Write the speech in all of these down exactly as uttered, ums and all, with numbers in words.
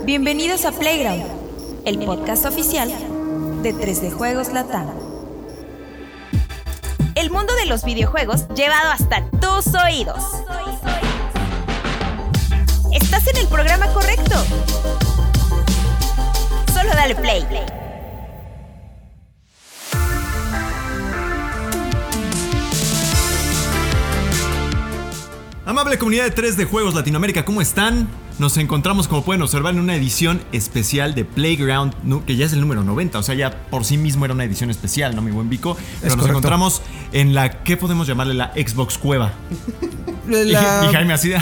Bienvenidos a Playground, el podcast oficial de tres D Juegos Latam. El mundo de los videojuegos llevado hasta tus oídos. Estás en el programa correcto. Solo dale play. Amable comunidad de tres D Juegos Latinoamérica, ¿cómo están? Nos encontramos, como pueden observar, en una edición especial de Playground, que ya es el número noventa, o sea, ya por sí mismo era una edición especial, ¿no, mi buen Vico? Pero es nos correcto. encontramos en la, ¿qué podemos llamarle? La Xbox Cueva. La... Y, y Jaime así de...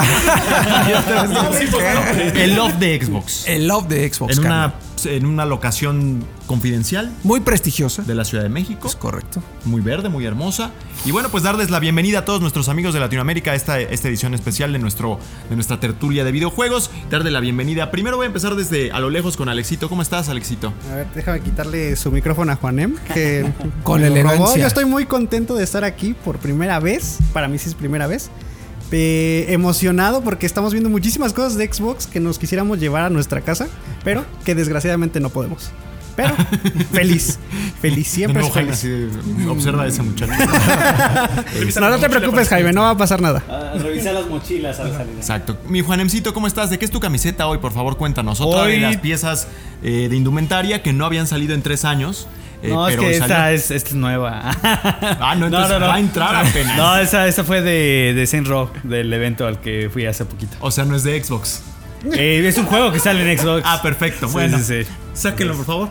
El Love de Xbox. El Love de Xbox. En una, en una locación confidencial. Muy prestigiosa. De la Ciudad de México. Es correcto. Muy verde, muy hermosa. Y bueno, pues darles la bienvenida a todos nuestros amigos de Latinoamérica a esta, esta edición especial de, nuestro, de nuestra tertulia de videojuegos. Darle la bienvenida. Primero voy a empezar desde a lo lejos con Alexito. ¿Cómo estás, Alexito? A ver, déjame quitarle su micrófono a Juanem, que con me lo robó. elegancia. Yo estoy muy contento de estar aquí por primera vez. Para mí sí es primera vez. Eh, emocionado porque estamos viendo muchísimas cosas de Xbox que nos quisiéramos llevar a nuestra casa, pero que desgraciadamente no podemos. Pero feliz, feliz, siempre No, es Jaime, feliz. así de, observa a ese muchacho. No, no te preocupes, Jaime, no va a pasar nada. Uh, revisar las mochilas al salir. Exacto. Mi Juanemcito, ¿cómo estás? ¿De qué es tu camiseta hoy? Por favor, cuéntanos. Otra Hoy... de las piezas eh, de indumentaria que no habían salido en tres años. Eh, no, pero es que salió... esta es, esta es nueva. Ah, no, entonces no, no, no. va a entrar apenas. No, esa, esa fue de, de Saints Row, del evento al que fui hace poquito. O sea, no es de Xbox. Eh, es un juego que sale en Xbox. Ah, perfecto. Sí, Bueno, sí, sí. Sáquenlo, por favor.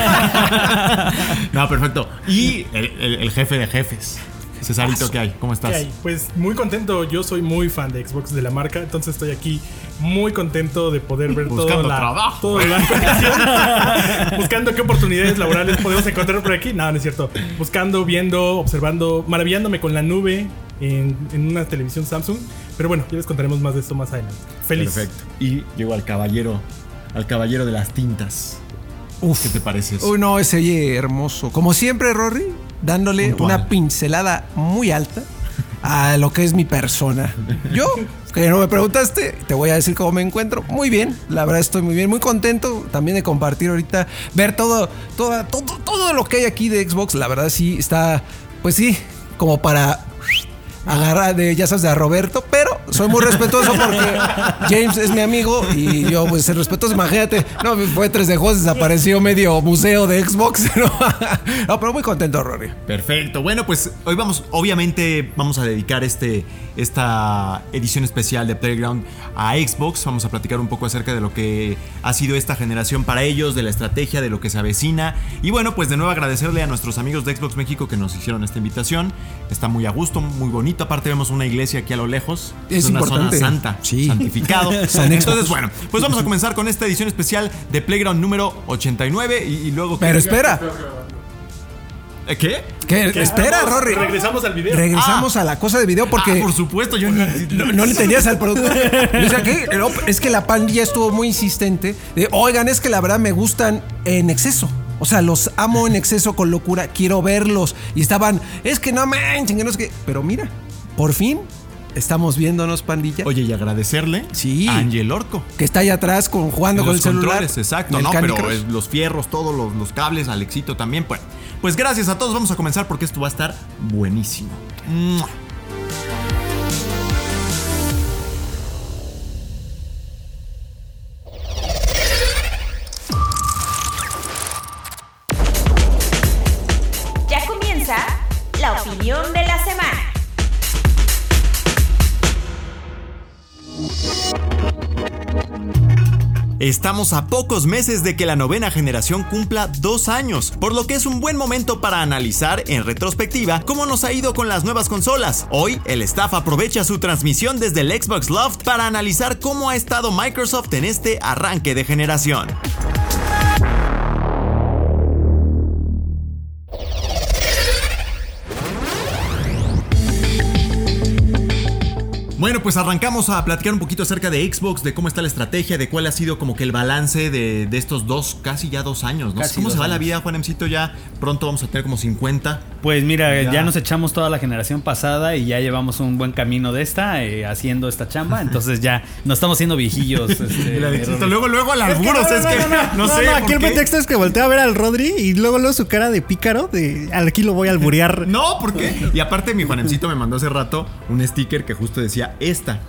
No, perfecto. Y el, el, el jefe de jefes, Cesarito, ¿qué hay? ¿Cómo estás? ¿Qué hay? Pues muy contento. Yo soy muy fan de Xbox, de la marca. Entonces estoy aquí muy contento de poder ver Buscando todo la, trabajo. toda la información. Buscando qué oportunidades laborales podemos encontrar por aquí. No, no es cierto. Buscando, viendo, observando, maravillándome con la nube en, en una televisión Samsung. Pero bueno, ya les contaremos más de esto más adelante. Feliz. Perfecto. Y llego al caballero, al caballero de las tintas. Uf, ¿qué te parece eso? Uy, no, ese oye hermoso. Como siempre, Rory, dándole Puntual. una pincelada muy alta a lo que es mi persona. Yo, que no me preguntaste, te voy a decir cómo me encuentro. Muy bien, la verdad estoy muy bien, muy contento también de compartir ahorita, ver todo, todo, todo, todo lo que hay aquí de Xbox. La verdad sí está, pues sí, como para agarrar de, ya sabes, de a Roberto, pero soy muy respetuoso porque James es mi amigo y yo, pues, ser respetuoso. Imagínate, no, fue tres de juegos, desapareció medio museo de Xbox. No, no, pero muy contento, Rory. Perfecto. Bueno, pues hoy vamos, obviamente, vamos a dedicar este, esta edición especial de Playground a Xbox. Vamos a platicar un poco acerca de lo que ha sido esta generación para ellos, de la estrategia, de lo que se avecina. Y bueno, pues de nuevo agradecerle a nuestros amigos de Xbox México que nos hicieron esta invitación. Está muy a gusto, muy bonito. Aparte vemos una iglesia aquí a lo lejos. Es una importante. zona santa, sí. Santificado. San Entonces, bueno, pues vamos a comenzar con esta edición especial de Playground número ochenta y nueve y, y luego... Pero espera. ¿Qué? ¿Qué? Espera, Rory. Regresamos al video. Regresamos Ah. a la cosa de video porque... Ah, por supuesto, yo ni... No, no le entendías al productor. O sea, ¿qué? No, es que la pandilla estuvo muy insistente de, oigan, es que la verdad me gustan en exceso. O sea, los amo en exceso con locura. Quiero verlos. Y estaban, es que no manchen, que no sé qué. Pero mira, por fin estamos viéndonos, pandilla. Oye, y agradecerle Sí. a Ángel Orco. Que está allá atrás con, jugando En con los el celular. controles, exacto, en el ¿no? Candy Pero Crush. eh, los fierros, todos los, los cables, Alexito también. Bueno, pues gracias a todos. Vamos a comenzar porque esto va a estar buenísimo. ¡Mua! Ya comienza la opinión de la semana. Estamos a pocos meses de que la novena generación cumpla dos años, por lo que es un buen momento para analizar en retrospectiva cómo nos ha ido con las nuevas consolas. Hoy, el staff aprovecha su transmisión desde el Xbox Loft para analizar cómo ha estado Microsoft en este arranque de generación. Bueno, pues arrancamos a platicar un poquito acerca de Xbox, de cómo está la estrategia, de cuál ha sido como que el balance de, de estos dos, casi ya dos años, ¿no? Casi ¿Cómo dos se va la años. vida, Juanemcito? Ya pronto vamos a tener como cincuenta. Pues mira, Ya. ya. nos echamos toda la generación pasada y ya llevamos un buen camino de esta, eh, haciendo esta chamba. Entonces ya nos estamos haciendo viejillos. Este, El Alexito, Rodri. luego, luego al alburos, es que no, sé. no, ¿por aquí el qué? pretexto es que volteé a ver al Rodri y luego luego su cara de pícaro de aquí lo voy a alburear. No, ¿por qué? Y aparte mi Juanemcito me mandó hace rato un sticker que justo decía esta.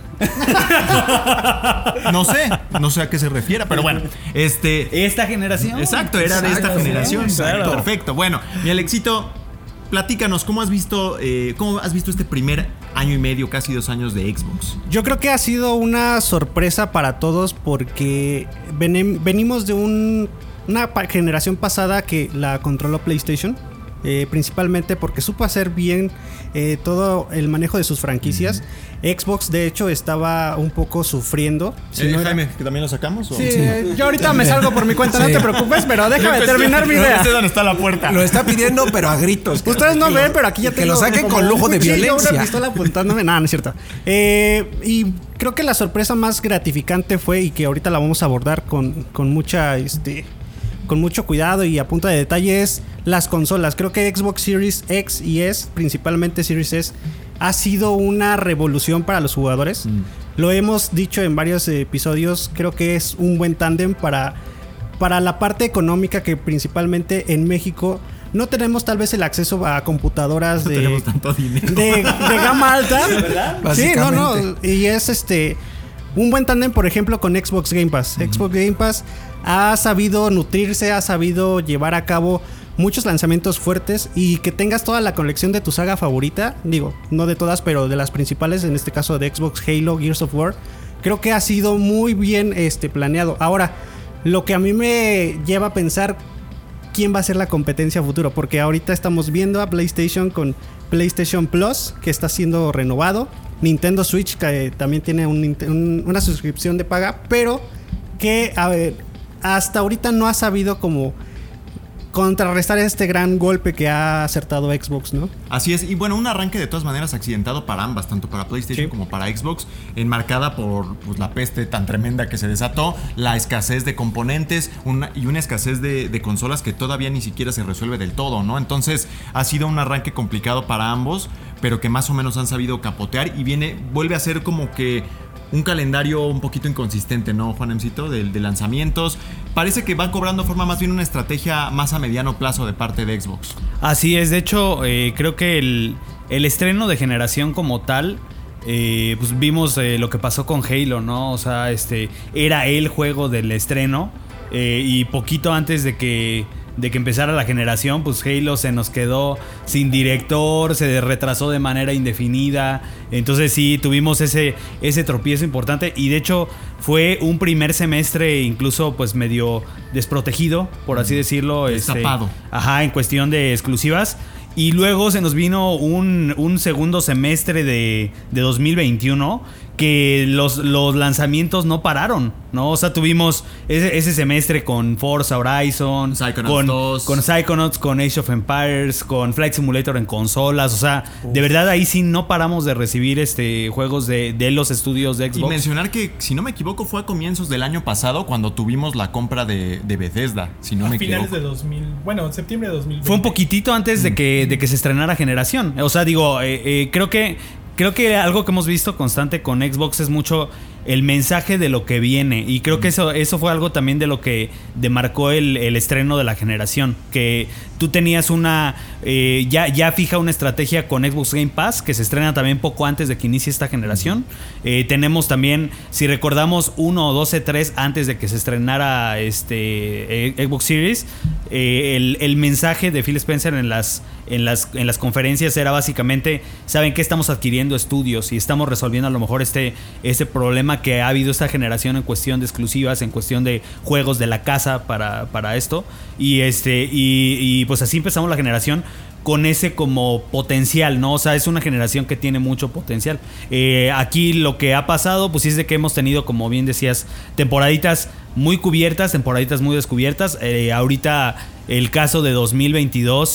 No sé, no sé a qué se refiera, pero bueno, este... Esta generación. Exacto, era de esta Exacto, generación. sí, claro. Perfecto. Bueno, mi Alexito, platícanos, ¿cómo has visto, eh, cómo has visto este primer año y medio, casi dos años de Xbox? Yo creo que ha sido una sorpresa para todos porque venem- venimos de un, una pa- generación pasada que la controló PlayStation. Eh, principalmente porque supo hacer bien eh, todo el manejo de sus franquicias. Uh-huh. Xbox de hecho estaba un poco sufriendo. Si Eh, no era- Jaime, ¿que también lo sacamos? ¿o? Sí, eh, yo ahorita me salgo por mi cuenta, no Sí. te preocupes, pero déjame Yo terminar mi no idea. sé dónde está la puerta. Lo está pidiendo, pero a gritos. Ustedes no ven, pero aquí ya Que tengo lo saquen como con lujo un de cuchillo, violencia. una pistola apuntándome. No, no es cierto. Eh, y creo que la sorpresa más gratificante fue, y que ahorita la vamos a abordar con, con mucha, este, con mucho cuidado y a punta de detalle, es las consolas. Creo que Xbox Series X y S, principalmente Series S, ha sido una revolución para los jugadores. Mm. Lo hemos dicho en varios episodios. Creo que es un buen tándem para, para la parte económica, que principalmente en México no tenemos tal vez el acceso a computadoras No de, tenemos tanto dinero. de, de gama alta. ¿Verdad? Sí, no, no. Básicamente. Y es este un buen tándem, por ejemplo, con Xbox Game Pass. Uh-huh. Xbox Game Pass ha sabido nutrirse, ha sabido llevar a cabo muchos lanzamientos fuertes, y que tengas toda la colección de tu saga favorita, digo, no de todas, pero de las principales, en este caso de Xbox, Halo, Gears of War, creo que ha sido muy bien este, planeado. Ahora, lo que a mí me lleva a pensar quién va a ser la competencia a futuro, porque ahorita estamos viendo a PlayStation con PlayStation Plus, que está siendo renovado, Nintendo Switch, que también tiene un, un, una suscripción de paga, pero que a ver, hasta ahorita no ha sabido como contrarrestar este gran golpe que ha acertado Xbox, ¿no? Así es, y bueno, un arranque de todas maneras accidentado para ambas, tanto para PlayStation sí. como para Xbox, enmarcada por pues, la peste tan tremenda que se desató, la escasez de componentes una, y una escasez de, de consolas que todavía ni siquiera se resuelve del todo, ¿no? Entonces ha sido un arranque complicado para ambos, pero que más o menos han sabido capotear, y viene, vuelve a ser como que un calendario un poquito inconsistente, ¿no, Juanemcito? De, de lanzamientos. Parece que va cobrando forma más bien una estrategia más a mediano plazo de parte de Xbox. Así es, de hecho, eh, creo que el, el estreno de generación como tal, eh, pues vimos eh, lo que pasó con Halo, ¿no? O sea, este era el juego del estreno, eh, y poquito antes de que... de que empezara la generación, pues Halo se nos quedó sin director, se retrasó de manera indefinida. Entonces sí, tuvimos ese, ese tropiezo importante, y de hecho fue un primer semestre incluso pues medio desprotegido, por así decirlo. Destapado. Este, ajá, en cuestión de exclusivas. Y luego se nos vino un, un segundo semestre de, de dos mil veintiuno que los, los lanzamientos no pararon, ¿no? O sea, tuvimos ese, ese semestre con Forza Horizon, Psychonauts con, dos. con Psychonauts, con Age of Empires, con Flight Simulator en consolas. O sea, Uf. de verdad ahí sí no paramos de recibir este juegos de, de los estudios de Xbox. Y mencionar que, si no me equivoco, fue a comienzos del año pasado cuando tuvimos la compra de, de Bethesda, si no a me finales equivoco. de dos mil, bueno, en septiembre de dos mil veinte. Fue un poquitito antes de que, de que se estrenara generación. O sea, digo, eh, eh, creo que creo que algo que hemos visto constante con Xbox es mucho el mensaje de lo que viene, y creo que eso, eso fue algo también de lo que demarcó el, el estreno de la generación, que tú tenías una eh, ya, ya fija una estrategia con Xbox Game Pass, que se estrena también poco antes de que inicie esta generación. Eh, tenemos también, si recordamos, uno o dos E tres antes de que se estrenara este eh, Xbox Series, eh, el, el mensaje de Phil Spencer en las, en, las, en las conferencias era básicamente: ¿saben qué? Estamos adquiriendo estudios y estamos resolviendo a lo mejor este, este problema que ha habido esta generación en cuestión de exclusivas, en cuestión de juegos de la casa para, para esto. Y este y, y pues así empezamos la generación con ese como potencial, ¿no? O sea, es una generación que tiene mucho potencial. Eh, aquí lo que ha pasado, pues es de que hemos tenido, como bien decías, temporaditas muy cubiertas, temporaditas muy descubiertas. Eh, ahorita el caso de dos mil veintidós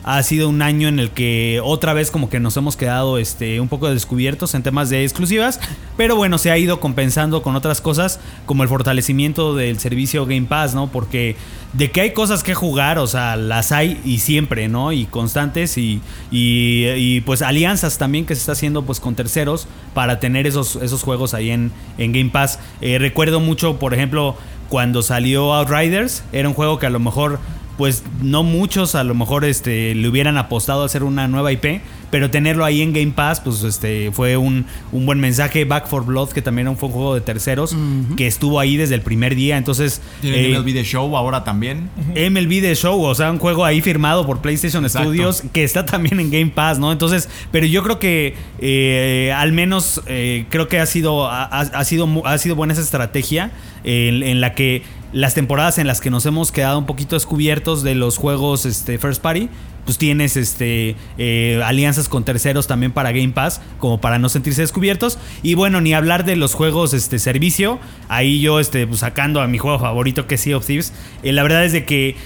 ha sido un año en el que otra vez como que nos hemos quedado este, un poco descubiertos en temas de exclusivas, pero bueno, se ha ido compensando con otras cosas como el fortalecimiento del servicio Game Pass, ¿no? Porque de que hay cosas que jugar, o sea, las hay y siempre, ¿no? Y constantes y, y, y pues alianzas también que se está haciendo pues con terceros para tener esos, esos juegos ahí en, en Game Pass. Eh, recuerdo mucho, por ejemplo, cuando salió Outriders, era un juego que a lo mejor pues no muchos a lo mejor este le hubieran apostado a hacer una nueva I P, pero tenerlo ahí en Game Pass pues este fue un, un buen mensaje. Back four Blood, que también fue un juego de terceros, uh-huh, que estuvo ahí desde el primer día. Entonces tiene eh, M L B The Show ahora también, uh-huh, M L B The Show, o sea, un juego ahí firmado por PlayStation Exacto. Studios que está también en Game Pass, ¿no? Entonces, pero yo creo que eh, al menos eh, creo que ha sido ha, ha sido ha sido buena esa estrategia en, en la que las temporadas en las que nos hemos quedado un poquito descubiertos de los juegos este, first party, pues tienes este eh, alianzas con terceros también para Game Pass, como para no sentirse descubiertos. Y bueno, ni hablar de los juegos este servicio. Ahí yo este pues, sacando a mi juego favorito, que es Sea of Thieves. Eh, la verdad es de que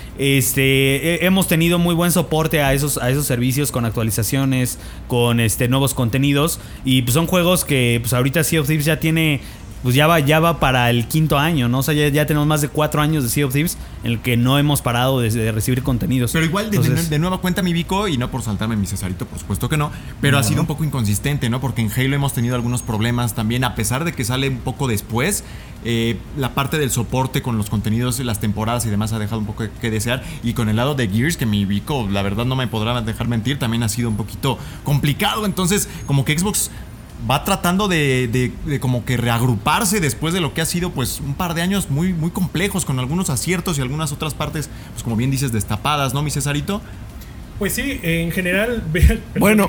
este eh, hemos tenido muy buen soporte a esos a esos servicios, con actualizaciones, con este nuevos contenidos. Y pues son juegos que pues ahorita Sea of Thieves ya tiene, pues ya va, ya va para el quinto año, ¿no? O sea, ya, ya tenemos más de cuatro años de Sea of Thieves en el que no hemos parado de, de recibir contenidos. Pero igual, de, Entonces, de, de nueva cuenta, mi Vico, y no por saltarme mi Cesarito, por supuesto que no, pero no, ha sido un poco inconsistente, ¿no? Porque en Halo hemos tenido algunos problemas también, a pesar de que sale un poco después. Eh, la parte del soporte con los contenidos, las temporadas y demás ha dejado un poco que desear. Y con el lado de Gears, que mi Vico, la verdad no me podrá dejar mentir, también ha sido un poquito complicado. Entonces, como que Xbox va tratando de, de, de como que reagruparse después de lo que ha sido pues un par de años muy, muy complejos, con algunos aciertos y algunas otras partes, pues como bien dices, destapadas, ¿no, mi Cesarito? Pues sí, en general. Bueno,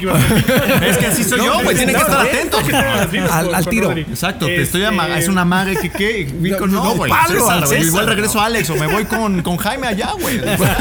es que así soy no, yo, güey. Tienen que estar atentos al, al tiro. Exacto, te estoy amagando. Es una maga que qué. No, güey. Igual regreso a Alex o me voy con, con Jaime allá, güey.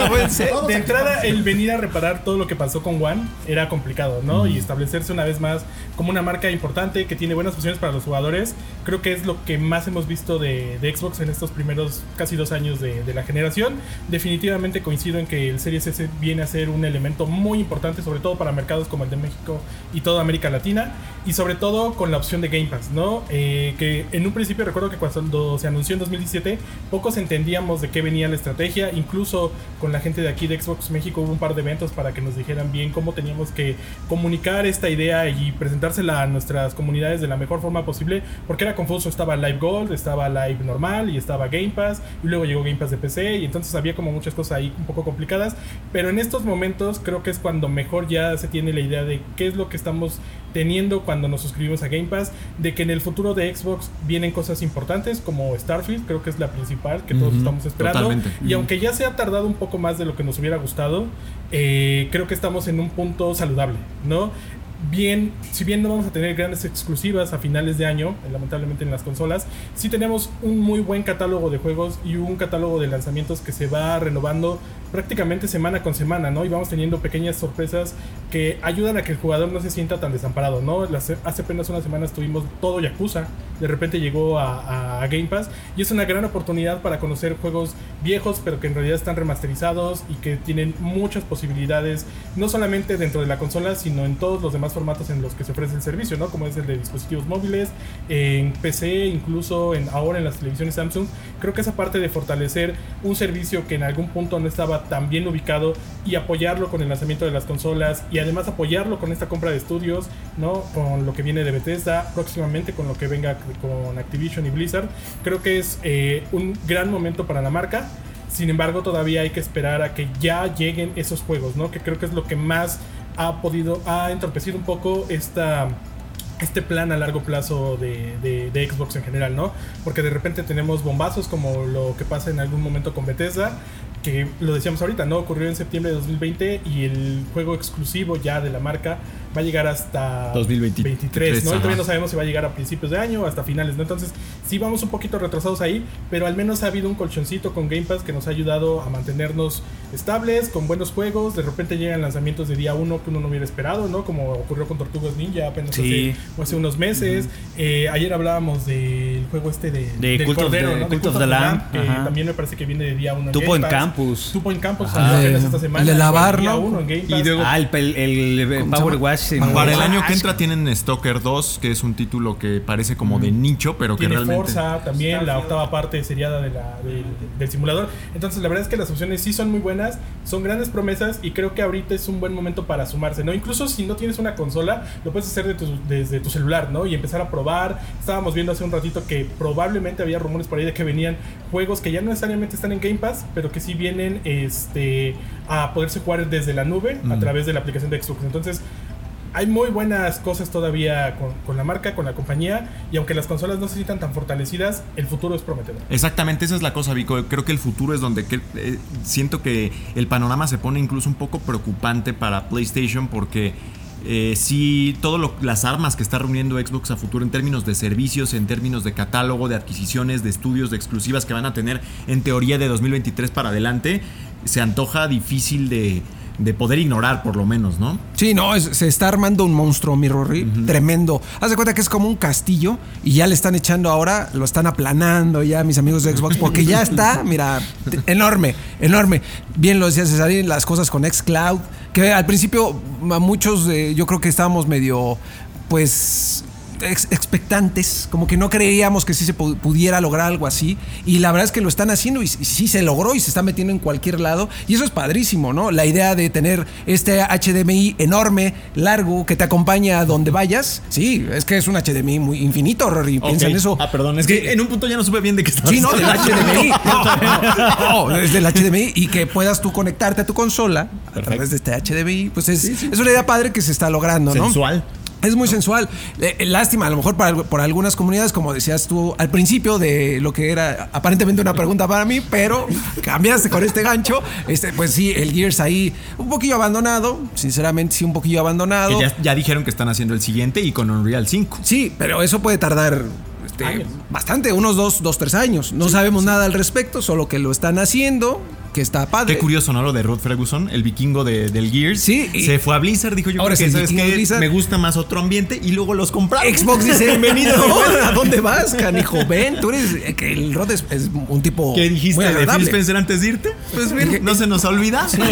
De entrada, el venir a reparar todo lo que pasó con One era complicado, ¿no? Y establecerse una vez más como una marca importante que tiene buenas opciones para los jugadores. Creo que es lo que más hemos visto de, de Xbox en estos primeros casi dos años de, de la generación. Definitivamente coincido en que el Series S viene a ser un elemento muy importante, sobre todo para mercados como el de México y toda América Latina, y sobre todo con la opción de Game Pass, ¿no? Eh, que en un principio recuerdo que cuando se anunció en dos mil diecisiete pocos entendíamos de qué venía la estrategia. Incluso con la gente de aquí de Xbox México hubo un par de eventos para que nos dijeran bien cómo teníamos que comunicar esta idea y presentársela a nuestras comunidades de la mejor forma posible, porque era confuso. Estaba Live Gold, estaba Live normal y estaba Game Pass, y luego llegó Game Pass de P C, y entonces había como muchas cosas ahí un poco complicadas. Pero en estos momentos creo que es cuando mejor ya se tiene la idea de qué es lo que estamos teniendo cuando nos suscribimos a Game Pass, de que en el futuro de Xbox vienen cosas importantes como Starfield. Creo que es la principal que todos uh-huh, estamos esperando. Totalmente. Y uh-huh, aunque ya se ha tardado un poco más de lo que nos hubiera gustado, eh, creo que estamos en un punto saludable, ¿no? Bien, si bien no vamos a tener grandes exclusivas a finales de año, lamentablemente en las consolas, sí tenemos un muy buen catálogo de juegos y un catálogo de lanzamientos que se va renovando prácticamente semana con semana, ¿no? Y vamos teniendo pequeñas sorpresas que ayudan a que el jugador no se sienta tan desamparado, ¿no? Las, hace apenas unas semanas tuvimos todo Yakuza, de repente llegó a, a Game Pass, y es una gran oportunidad para conocer juegos viejos pero que en realidad están remasterizados y que tienen muchas posibilidades, no solamente dentro de la consola, sino en todos los demás formatos en los que se ofrece el servicio, ¿no? Como es el de dispositivos móviles, en P C, incluso en, ahora en las televisiones Samsung. Creo que esa parte de fortalecer un servicio que en algún punto no estaba tan bien ubicado y apoyarlo con el lanzamiento de las consolas, y además apoyarlo con esta compra de estudios, ¿no? Con lo que viene de Bethesda, próximamente con lo que venga con Activision y Blizzard, creo que es eh, un gran momento para la marca. Sin embargo, todavía hay que esperar a que ya lleguen esos juegos, ¿no? Que creo que es lo que más ha podido, ha entorpecido un poco esta, este plan a largo plazo de, de, de Xbox en general, ¿no? Porque de repente tenemos bombazos como lo que pasa en algún momento con Bethesda, que lo decíamos ahorita, ¿no? Ocurrió en septiembre de dos mil veinte, y el juego exclusivo ya de la marca va a llegar hasta dos mil veintitrés, ¿no? Y todavía no sabemos si va a llegar a principios de año o hasta finales, ¿no? Entonces sí vamos un poquito retrasados ahí, pero al menos ha habido un colchoncito con Game Pass que nos ha ayudado a mantenernos estables, con buenos juegos. De repente llegan lanzamientos de día uno que uno no hubiera esperado, ¿no? Como ocurrió con Tortugas Ninja apenas sí. hace, hace unos meses. Uh-huh. eh, ayer hablábamos del juego este de, de del Cult Cordero, of the, ¿no? Cult of the Lamb, que también me parece que viene de día uno. Tuvo en Camp Campus. Two Point Campus Ah, apenas de- esta semana. el de lavar, Día ¿no? uno en Game Pass. Y luego- Ah, el, el, el ¿Cómo se Power llama? Wash. Power Para el Wash. año que entra tienen Stalker dos, que es un título que parece como de nicho, pero que Tiene realmente... Forza también, la octava parte seriada de la, del, del simulador. Entonces, la verdad es que las opciones sí son muy buenas, son grandes promesas y creo que ahorita es un buen momento para sumarse, ¿no? Incluso si no tienes una consola, lo puedes hacer de tu- desde tu celular, ¿no? Y empezar a probar. Estábamos viendo hace un ratito que probablemente había rumores por ahí de que venían juegos que ya no necesariamente están en Game Pass, pero que sí vienen este, a poderse jugar desde la nube a través de la aplicación de Xbox. Entonces, hay muy buenas cosas todavía con, con la marca, con la compañía, y aunque las consolas no se sientan tan fortalecidas, el futuro es prometedor. Exactamente, esa es la cosa, Vico. Creo que el futuro es donde que- eh, siento que el panorama se pone incluso un poco preocupante para PlayStation porque eh, sí, todas las armas que está reuniendo Xbox a futuro en términos de servicios, en términos de catálogo, de adquisiciones, de estudios, de exclusivas que van a tener en teoría de dos mil veintitrés para adelante, se antoja difícil de, de poder ignorar por lo menos, ¿no? Sí, no, es- se está armando un monstruo, mi Rory, tremendo. Haz de cuenta que es como un castillo y ya le están echando ahora, lo están aplanando ya mis amigos de Xbox, porque ya está, mira, t- enorme, enorme. Bien lo decía Cesarín, las cosas con xCloud, que al principio a muchos eh, yo creo que estábamos medio, pues... ex- expectantes, como que no creíamos que sí se pu- pudiera lograr algo así, y la verdad es que lo están haciendo y, s- y sí se logró y se está metiendo en cualquier lado, y eso es padrísimo, ¿no? La idea de tener este H D M I enorme, largo, que te acompaña a donde vayas, sí, es que es un H D M I muy infinito, Rory, piensa en eso. Ah, perdón, es que en un punto ya no supe bien de qué estaba. Sí, no, del H D M I. No, no, no, es del H D M I y que puedas tú conectarte a tu consola a través de este H D M I, pues es, es una idea padre que se está logrando, ¿no? Sensual. Es muy sensual. Eh, lástima, a lo mejor para, por algunas comunidades, como decías tú al principio, de lo que era aparentemente una pregunta para mí, pero cambiaste con este gancho. Este, pues sí, el Gears ahí un poquillo abandonado. Sinceramente, sí, un poquillo abandonado. Que ya, ya dijeron que están haciendo el siguiente y con Unreal cinco. Sí, pero eso puede tardar este, bastante, unos dos, dos, tres años. No sabemos nada al respecto, solo que lo están haciendo, que está padre. Qué curioso, ¿no? Lo de Rod Ferguson, el vikingo de, del Gears. Sí, y- Se fue a Blizzard, dijo yo Ahora creo es que, el ¿sabes vikingo de qué? Blizzard. Me gusta más otro ambiente y luego los compraron. Xbox dice, bienvenido. "No, ¿a dónde vas, canijo? Ven, tú eres, eh, que el Rod es, es un tipo ¿Qué dijiste muy de Phil agradable". Spencer antes de irte? Pues bien, no se nos olvida. Sí.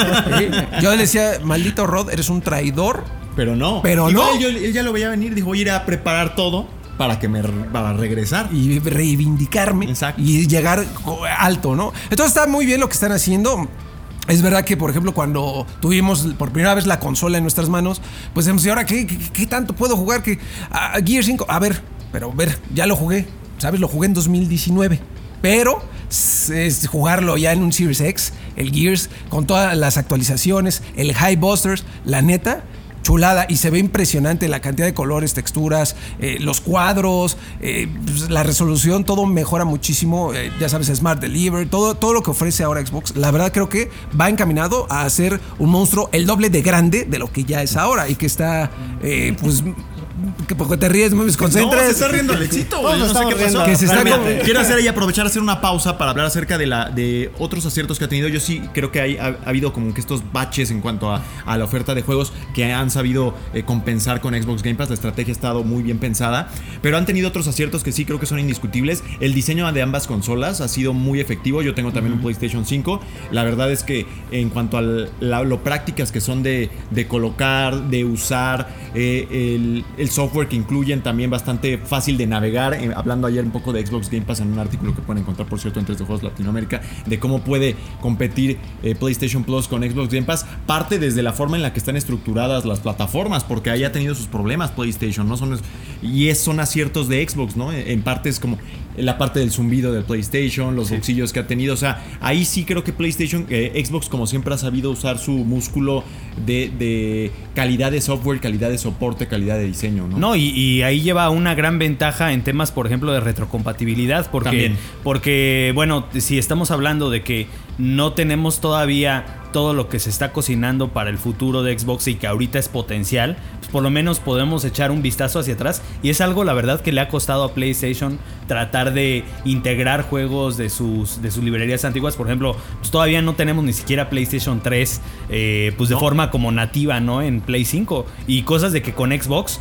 Yo le decía, maldito Rod, eres un traidor. Pero no. Pero Igual no. yo- él ya lo veía venir, dijo, voy a ir a preparar todo para que me para regresar. Y reivindicarme. Exacto. Y llegar alto, ¿no? Entonces está muy bien lo que están haciendo. Es verdad que, por ejemplo, cuando tuvimos por primera vez la consola en nuestras manos, pues decimos, ¿y ahora qué, qué, qué tanto puedo jugar? Que a Gear cinco, a ver, pero a ver, ya lo jugué, ¿sabes? Lo jugué en dos mil diecinueve. Pero s- es jugarlo ya en un Series X, el Gears, con todas las actualizaciones, el High Busters, la neta, chulada, y se ve impresionante la cantidad de colores, texturas, eh, los cuadros, eh, pues, la resolución, todo mejora muchísimo. Eh, ya sabes, Smart Delivery, todo, todo lo que ofrece ahora Xbox, la verdad creo que va encaminado a ser un monstruo el doble de grande de lo que ya es ahora y que está, eh, pues, que porque te ríes, me No, desconcentras. se está riendo el éxito, güey. Todos No sé estamos qué pasó. riendo. Que se está Pero como- mira, quiero hacer y aprovechar hacer una pausa para hablar acerca de la de otros aciertos que ha tenido. Yo sí creo que hay, ha, ha habido como que estos baches en cuanto a, a la oferta de juegos que han sabido eh, compensar con Xbox Game Pass. La estrategia ha estado muy bien pensada, pero han tenido otros aciertos que sí creo que son indiscutibles. El diseño de ambas consolas ha sido muy efectivo. Yo tengo también un PlayStation cinco. La verdad es que en cuanto a lo prácticas que son de, de colocar, de usar, eh, el, el software que incluyen también bastante fácil de navegar. Eh, hablando ayer un poco de Xbox Game Pass en un artículo que pueden encontrar, por cierto, en tres de Juegos Latinoamérica, de cómo puede competir eh, PlayStation Plus con Xbox Game Pass. Parte desde la forma en la que están estructuradas las plataformas, porque ahí ha tenido sus problemas PlayStation, ¿no? Son, y es, son aciertos de Xbox, ¿no? En parte es como la parte del zumbido del PlayStation, los bolsillos que ha tenido. O sea, ahí sí creo que PlayStation, eh, Xbox como siempre ha sabido usar su músculo de, de calidad de software, calidad de soporte, calidad de diseño, ¿no? No, y, y ahí lleva una gran ventaja en temas, por ejemplo, de retrocompatibilidad, porque, También. porque, bueno, si estamos hablando de que no tenemos todavía todo lo que se está cocinando para el futuro de Xbox y que ahorita es potencial, pues por lo menos podemos echar un vistazo hacia atrás, y es algo, la verdad, que le ha costado a PlayStation tratar de integrar juegos de sus, de sus librerías antiguas. Por ejemplo, pues todavía no tenemos ni siquiera PlayStation tres, eh, pues de No. forma como nativa, ¿no? En Play cinco, y cosas de que con Xbox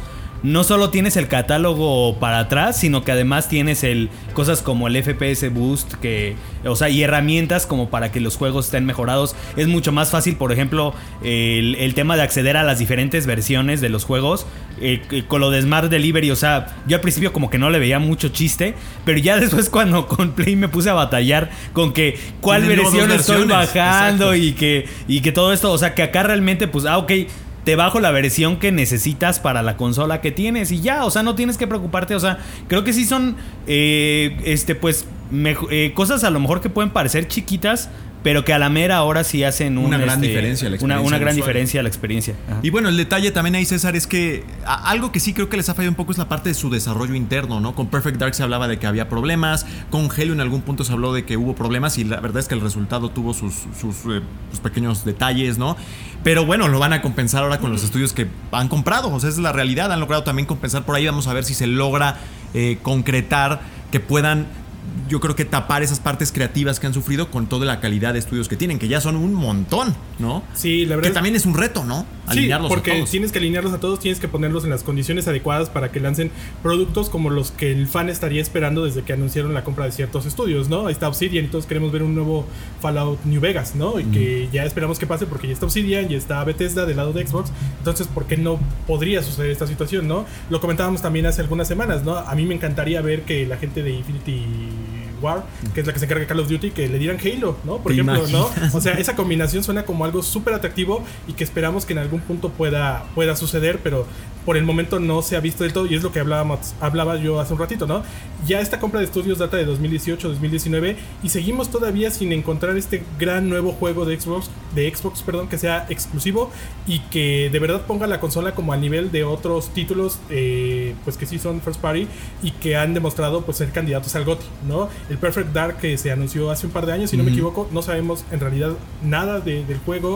no solo tienes el catálogo para atrás, sino que además tienes el cosas como el F P S Boost, que, o sea, y herramientas como para que los juegos estén mejorados. Es mucho más fácil, por ejemplo, el, el tema de acceder a las diferentes versiones de los juegos. Eh, con lo de Smart Delivery, o sea, yo al principio como que no le veía mucho chiste, pero ya después cuando con Play me puse a batallar con que cuál Tienen versión dos estoy versiones, bajando exacto. y que, y que todo esto, o sea, que acá realmente pues, ah, ok, te bajo la versión que necesitas para la consola que tienes y ya, o sea, no tienes que preocuparte, o sea, creo que sí son, eh, este, pues, mejo- eh, cosas a lo mejor que pueden parecer chiquitas, pero que a la mera hora sí hacen un, Una gran este, diferencia a la una, experiencia una del gran usuario. diferencia a la experiencia. Ajá. Y bueno, el detalle también ahí, César, es que a- algo que sí creo que les ha fallado un poco es la parte de su desarrollo interno, ¿no? Con Perfect Dark se hablaba de que había problemas, con Halo en algún punto se habló de que hubo problemas y la verdad es que el resultado tuvo sus, sus, eh, sus pequeños detalles, ¿no? Pero bueno, lo van a compensar ahora con los estudios que han comprado, o sea, esa es la realidad, han logrado también compensar por ahí, vamos a ver si se logra eh, concretar que puedan... Yo creo que tapar esas partes creativas que han sufrido con toda la calidad de estudios que tienen, que ya son un montón, ¿no? Sí, la verdad Que es- también es un reto, ¿no? Sí, Alinearlos porque a todos. tienes que alinearlos a todos, tienes que ponerlos en las condiciones adecuadas para que lancen productos como los que el fan estaría esperando desde que anunciaron la compra de ciertos estudios, ¿no? Ahí está Obsidian y todos queremos ver un nuevo Fallout New Vegas, ¿no? Y que ya esperamos que pase porque ya está Obsidian, ya está Bethesda del lado de Xbox. Entonces, ¿por qué no podría suceder esta situación, no? Lo comentábamos también hace algunas semanas, ¿no? A mí me encantaría ver que la gente de Infinity War, que es la que se encarga de Call of Duty, que le dieran Halo, ¿no? Por ¿Te ejemplo, ¿no? imaginas? O sea, esa combinación suena como algo súper atractivo y que esperamos que en algún punto pueda, pueda suceder, pero por el momento no se ha visto del todo y es lo que hablábamos, hablaba yo hace un ratito, ¿no? Ya esta compra de estudios data de dos mil dieciocho, dos mil diecinueve y seguimos todavía sin encontrar este gran nuevo juego de Xbox, de Xbox, perdón, que sea exclusivo y que de verdad ponga la consola como al nivel de otros títulos, eh, pues que sí son first party y que han demostrado pues ser candidatos al GOTY, ¿no? El Perfect Dark que se anunció hace un par de años, si no me equivoco, no sabemos en realidad nada de- del juego,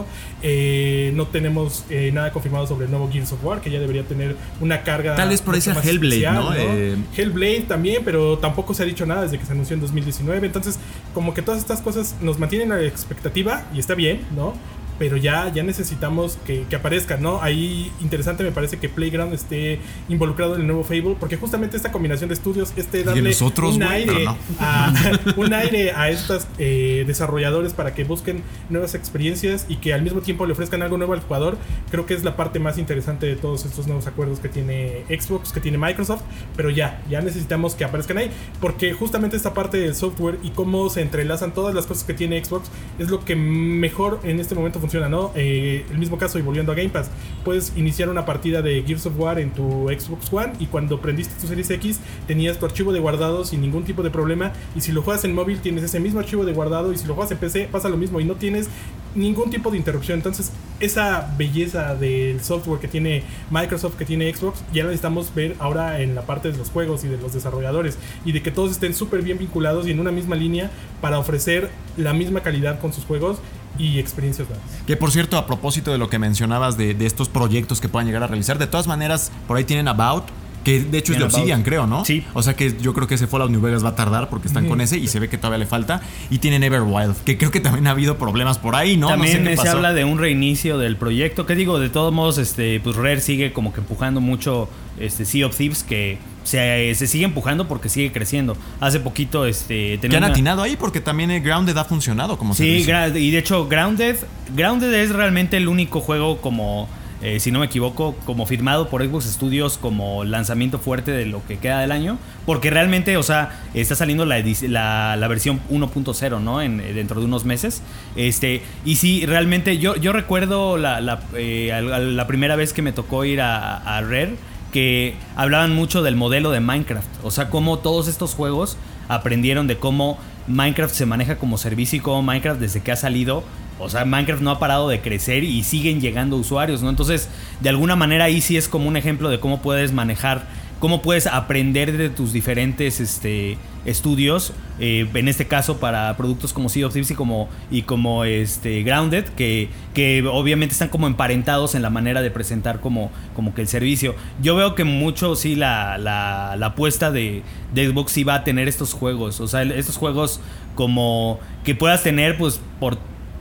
eh, no tenemos eh, nada confirmado sobre el nuevo Gears of War, que ya debería tener una carga Tal vez por ahí mucho sea más Hellblade, especial, ¿no? Eh, Hellblade también, pero tampoco se ha dicho nada desde que se anunció en dos mil diecinueve, entonces como que todas estas cosas nos mantienen a la expectativa y está bien, ¿no? Pero ya, ya necesitamos que, que aparezcan, ¿no? Ahí interesante me parece que Playground esté involucrado en el nuevo Fable, porque justamente esta combinación de estudios, este darle nosotros, un, güey, aire pero no. a, un aire a estos eh, desarrolladores para que busquen nuevas experiencias y que al mismo tiempo le ofrezcan algo nuevo al jugador, creo que es la parte más interesante de todos estos nuevos acuerdos que tiene Xbox, que tiene Microsoft, pero ya, ya necesitamos que aparezcan ahí, porque justamente esta parte del software y cómo se entrelazan todas las cosas que tiene Xbox es lo que mejor en este momento funciona, ¿no? Eh, el mismo caso y volviendo a Game Pass, puedes iniciar una partida de Gears of War en tu Xbox One y cuando prendiste tu Series X tenías tu archivo de guardado sin ningún tipo de problema, y si lo juegas en móvil tienes ese mismo archivo de guardado, y si lo juegas en P C pasa lo mismo y no tienes ningún tipo de interrupción. Entonces esa belleza del software que tiene Microsoft, que tiene Xbox, ya la necesitamos ver ahora en la parte de los juegos y de los desarrolladores, y de que todos estén súper bien vinculados y en una misma línea para ofrecer la misma calidad con sus juegos y experiencias nuevas. Que por cierto, a propósito de lo que mencionabas de, de estos proyectos que puedan llegar a realizar, de todas maneras, por ahí tienen About, que de hecho es de About. Obsidian, creo, ¿no? Sí. O sea que yo creo que ese Fallout New Vegas va a tardar porque están con ese y se ve que todavía le falta. Y tienen Everwild, que creo que también ha habido problemas por ahí, ¿no? También no sé qué se pasó. habla de un reinicio del proyecto. Que digo, de todos modos, este, pues Rare sigue como que empujando mucho este Sea of Thieves, que se, se sigue empujando porque sigue creciendo. Hace poquito, este, Que tenía han una- atinado ahí porque también eh, Grounded ha funcionado como Sí, servicio. gra- y de hecho Grounded, Grounded es realmente el único juego como, eh, si no me equivoco, como firmado por Xbox Studios como lanzamiento fuerte de lo que queda del año, porque realmente, o sea, está saliendo la, edic- la, la versión uno punto cero, ¿no? En, dentro de unos meses. Este, y sí, realmente yo, yo recuerdo la, la, eh, a la- la primera vez que me tocó ir a, a Rare, que hablaban mucho del modelo de Minecraft, o sea, cómo todos estos juegos aprendieron de cómo Minecraft se maneja como servicio y cómo Minecraft desde que ha salido, o sea, Minecraft no ha parado de crecer y siguen llegando usuarios, ¿no? Entonces, de alguna manera ahí sí es como un ejemplo de cómo puedes manejar, cómo puedes aprender de tus diferentes este, estudios, eh, en este caso para productos como Sea of Thieves y como, y como este, Grounded, que, que obviamente están como emparentados en la manera de presentar como, como que el servicio. Yo veo que mucho sí la, la, la apuesta de, de Xbox sí va a tener estos juegos, o sea, estos juegos como que puedas tener pues por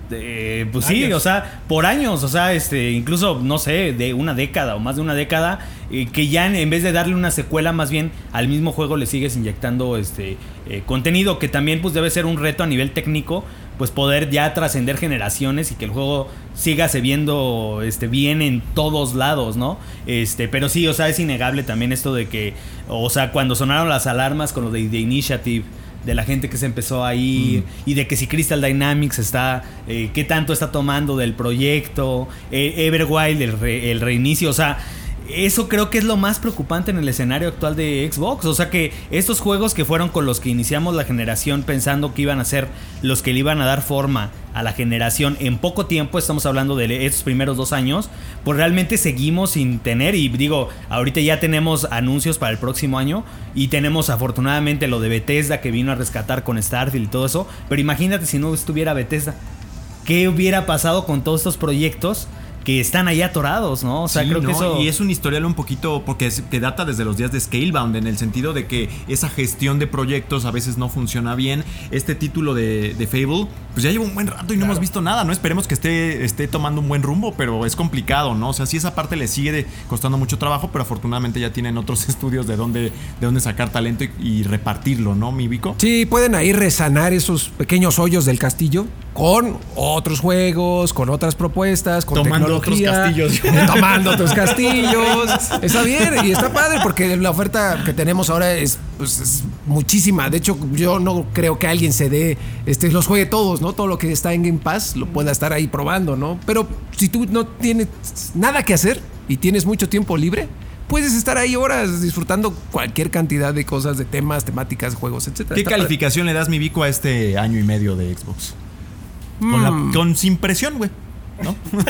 Eh, pues sí, Años. o sea, por años, o sea, este, incluso, no sé, de una década o más de una década, eh, que ya en, en vez de darle una secuela, más bien al mismo juego le sigues inyectando este eh, contenido, que también pues debe ser un reto a nivel técnico, pues poder ya trascender generaciones y que el juego siga se viendo este, bien en todos lados, ¿no? Este, pero sí, o sea, es innegable también esto de que, o sea, cuando sonaron las alarmas con lo de The Initiative, de la gente que se empezó a ir, mm. y de que si Crystal Dynamics está, eh, qué tanto está tomando del proyecto, eh, Everwild, el, re, el reinicio, o sea, eso creo que es lo más preocupante en el escenario actual de Xbox. O sea que estos juegos que fueron con los que iniciamos la generación pensando que iban a ser los que le iban a dar forma a la generación en poco tiempo, estamos hablando de estos primeros dos años, pues realmente seguimos sin tener, y digo, ahorita ya tenemos anuncios para el próximo año y tenemos afortunadamente lo de Bethesda que vino a rescatar con Starfield y todo eso, pero imagínate si no estuviera Bethesda, ¿qué hubiera pasado con todos estos proyectos que están ahí atorados, ¿no? O sea, sí, creo ¿no? que eso... Y es un historial un poquito, porque es, que data desde los días de Scalebound, en el sentido de que esa gestión de proyectos a veces no funciona bien. Este título de, de Fable, pues ya lleva un buen rato y no claro. hemos visto nada, ¿no? Esperemos que esté, esté tomando un buen rumbo, pero es complicado, ¿no? O sea, sí, esa parte le sigue de, costando mucho trabajo, pero afortunadamente ya tienen otros estudios de dónde, de dónde sacar talento y, y repartirlo, ¿no, mi Vico? Sí, pueden ahí resanar esos pequeños hoyos del castillo con otros juegos, con otras propuestas, con Tomando tecnología. Otros castillos. Tomando otros castillos. Está bien y está padre porque la oferta que tenemos ahora es, pues, es muchísima. De hecho, yo no creo que alguien se dé, este, los juegue todos, ¿no? Todo lo que está en Game Pass lo pueda estar ahí probando, ¿no? Pero si tú no tienes nada que hacer y tienes mucho tiempo libre, puedes estar ahí horas disfrutando cualquier cantidad de cosas, de temas, temáticas, juegos, etcétera. ¿Qué Está calificación padre. le das, mi Vico, a este año y medio de Xbox? Con, la, con sin presión, güey, ¿no?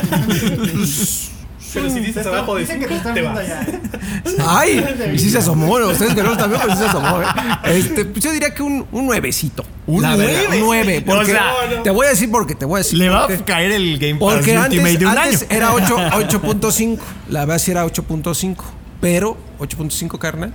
Pero si dices abajo de cinco, te vas. Ay, y sí se asomó, ¿no? Ustedes que no lo están viendo, pero sí se asomó, ¿eh? Este, pues yo diría que un, un nuevecito. ¿Un La nueve? verdad, un nueve. Porque O sea, no, no. Te voy a decir porque te voy a decir. Le va porque, a caer el Game Pass porque Ultimate antes, de un antes año. era ocho punto cinco. La verdad sí era ocho punto cinco. Pero ocho punto cinco, carnal.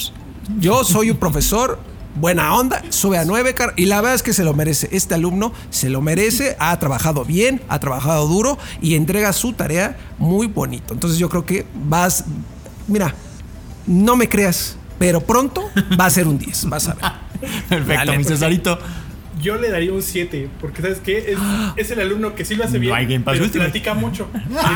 Yo soy un profesor buena onda, sube a nueve, car- y la verdad es que se lo merece. Este alumno se lo merece, ha trabajado bien, ha trabajado duro y entrega su tarea muy bonito. Entonces yo creo que vas, mira, no me creas, pero pronto va a ser un diez, vas a ver. Perfecto, Dale, mi pues. Cesarito. Yo le daría un siete, porque ¿sabes qué? Es, es el alumno que sí lo hace bien, No hay Game Pass pero Ultimate. platica mucho.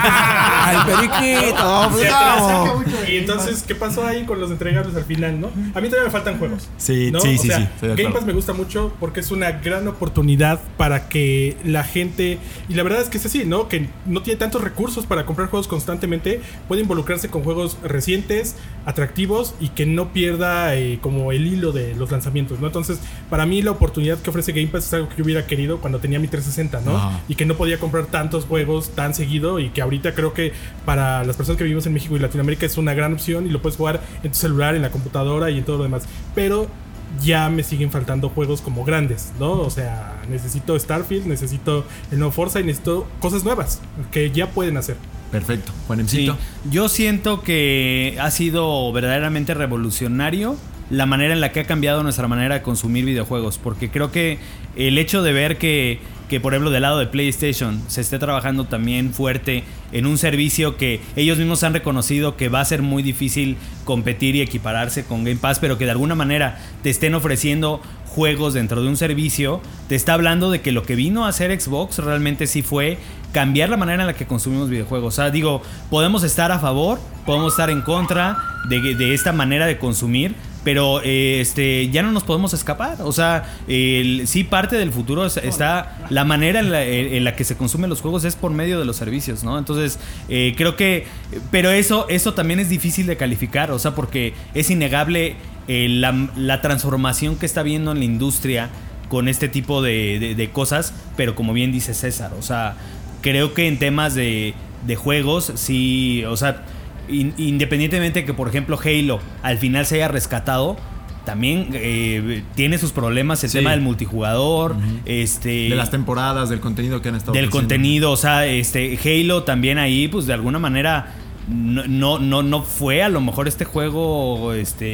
Al periquito, Se pues, atrasa. vamos. Y entonces, ¿qué pasó ahí con los entregables al final, no? A mí todavía me faltan juegos. Sí, ¿no? sí, O sí, sea, sí, estoy de Game acuerdo. Pass me gusta mucho porque es una gran oportunidad para que la gente, y la verdad es que es así, ¿no? Que no tiene tantos recursos para comprar juegos constantemente, puede involucrarse con juegos recientes, atractivos y que no pierda eh, como el hilo de los lanzamientos, ¿no? Entonces, para mí la oportunidad que ofrece Game Pass es algo que yo hubiera querido cuando tenía mi trescientos sesenta, ¿no? Ajá. Y que no podía comprar tantos juegos tan seguido y que ahorita creo que para las personas que vivimos en México y Latinoamérica es una gran opción y lo puedes jugar en tu celular, en la computadora y en todo lo demás. Pero ya me siguen faltando juegos como grandes, ¿no? O sea, necesito Starfield, necesito el nuevo Forza y necesito cosas nuevas que ya pueden hacer. Perfecto, Sí, Juanemcito. yo siento que ha sido verdaderamente revolucionario la manera en la que ha cambiado nuestra manera de consumir videojuegos, porque creo que el hecho de ver que, que por ejemplo del lado de PlayStation se esté trabajando también fuerte en un servicio que ellos mismos han reconocido que va a ser muy difícil competir y equipararse con Game Pass, pero que de alguna manera te estén ofreciendo juegos dentro de un servicio, te está hablando de que lo que vino a hacer Xbox realmente sí fue cambiar la manera en la que consumimos videojuegos. O sea, digo, podemos estar a favor, podemos estar en contra de, de esta manera de consumir, pero eh, este ya no nos podemos escapar. O sea, el, sí, parte del futuro es, está la manera en la, en la que se consumen los juegos es por medio de los servicios, ¿no? Entonces, eh, creo que, pero eso, eso también es difícil de calificar, o sea, porque es innegable eh, la, la transformación que está viendo en la industria con este tipo de, de, de cosas, pero como bien dice César, o sea, creo que en temas de, de juegos, sí, o sea, in, independientemente que, por ejemplo, Halo al final se haya rescatado, también eh, tiene sus problemas el Sí. tema del multijugador, Uh-huh. este De las temporadas, del contenido que han estado del ofreciendo. contenido, o sea, este Halo también ahí, pues de alguna manera no, no, no, no fue a lo mejor este juego este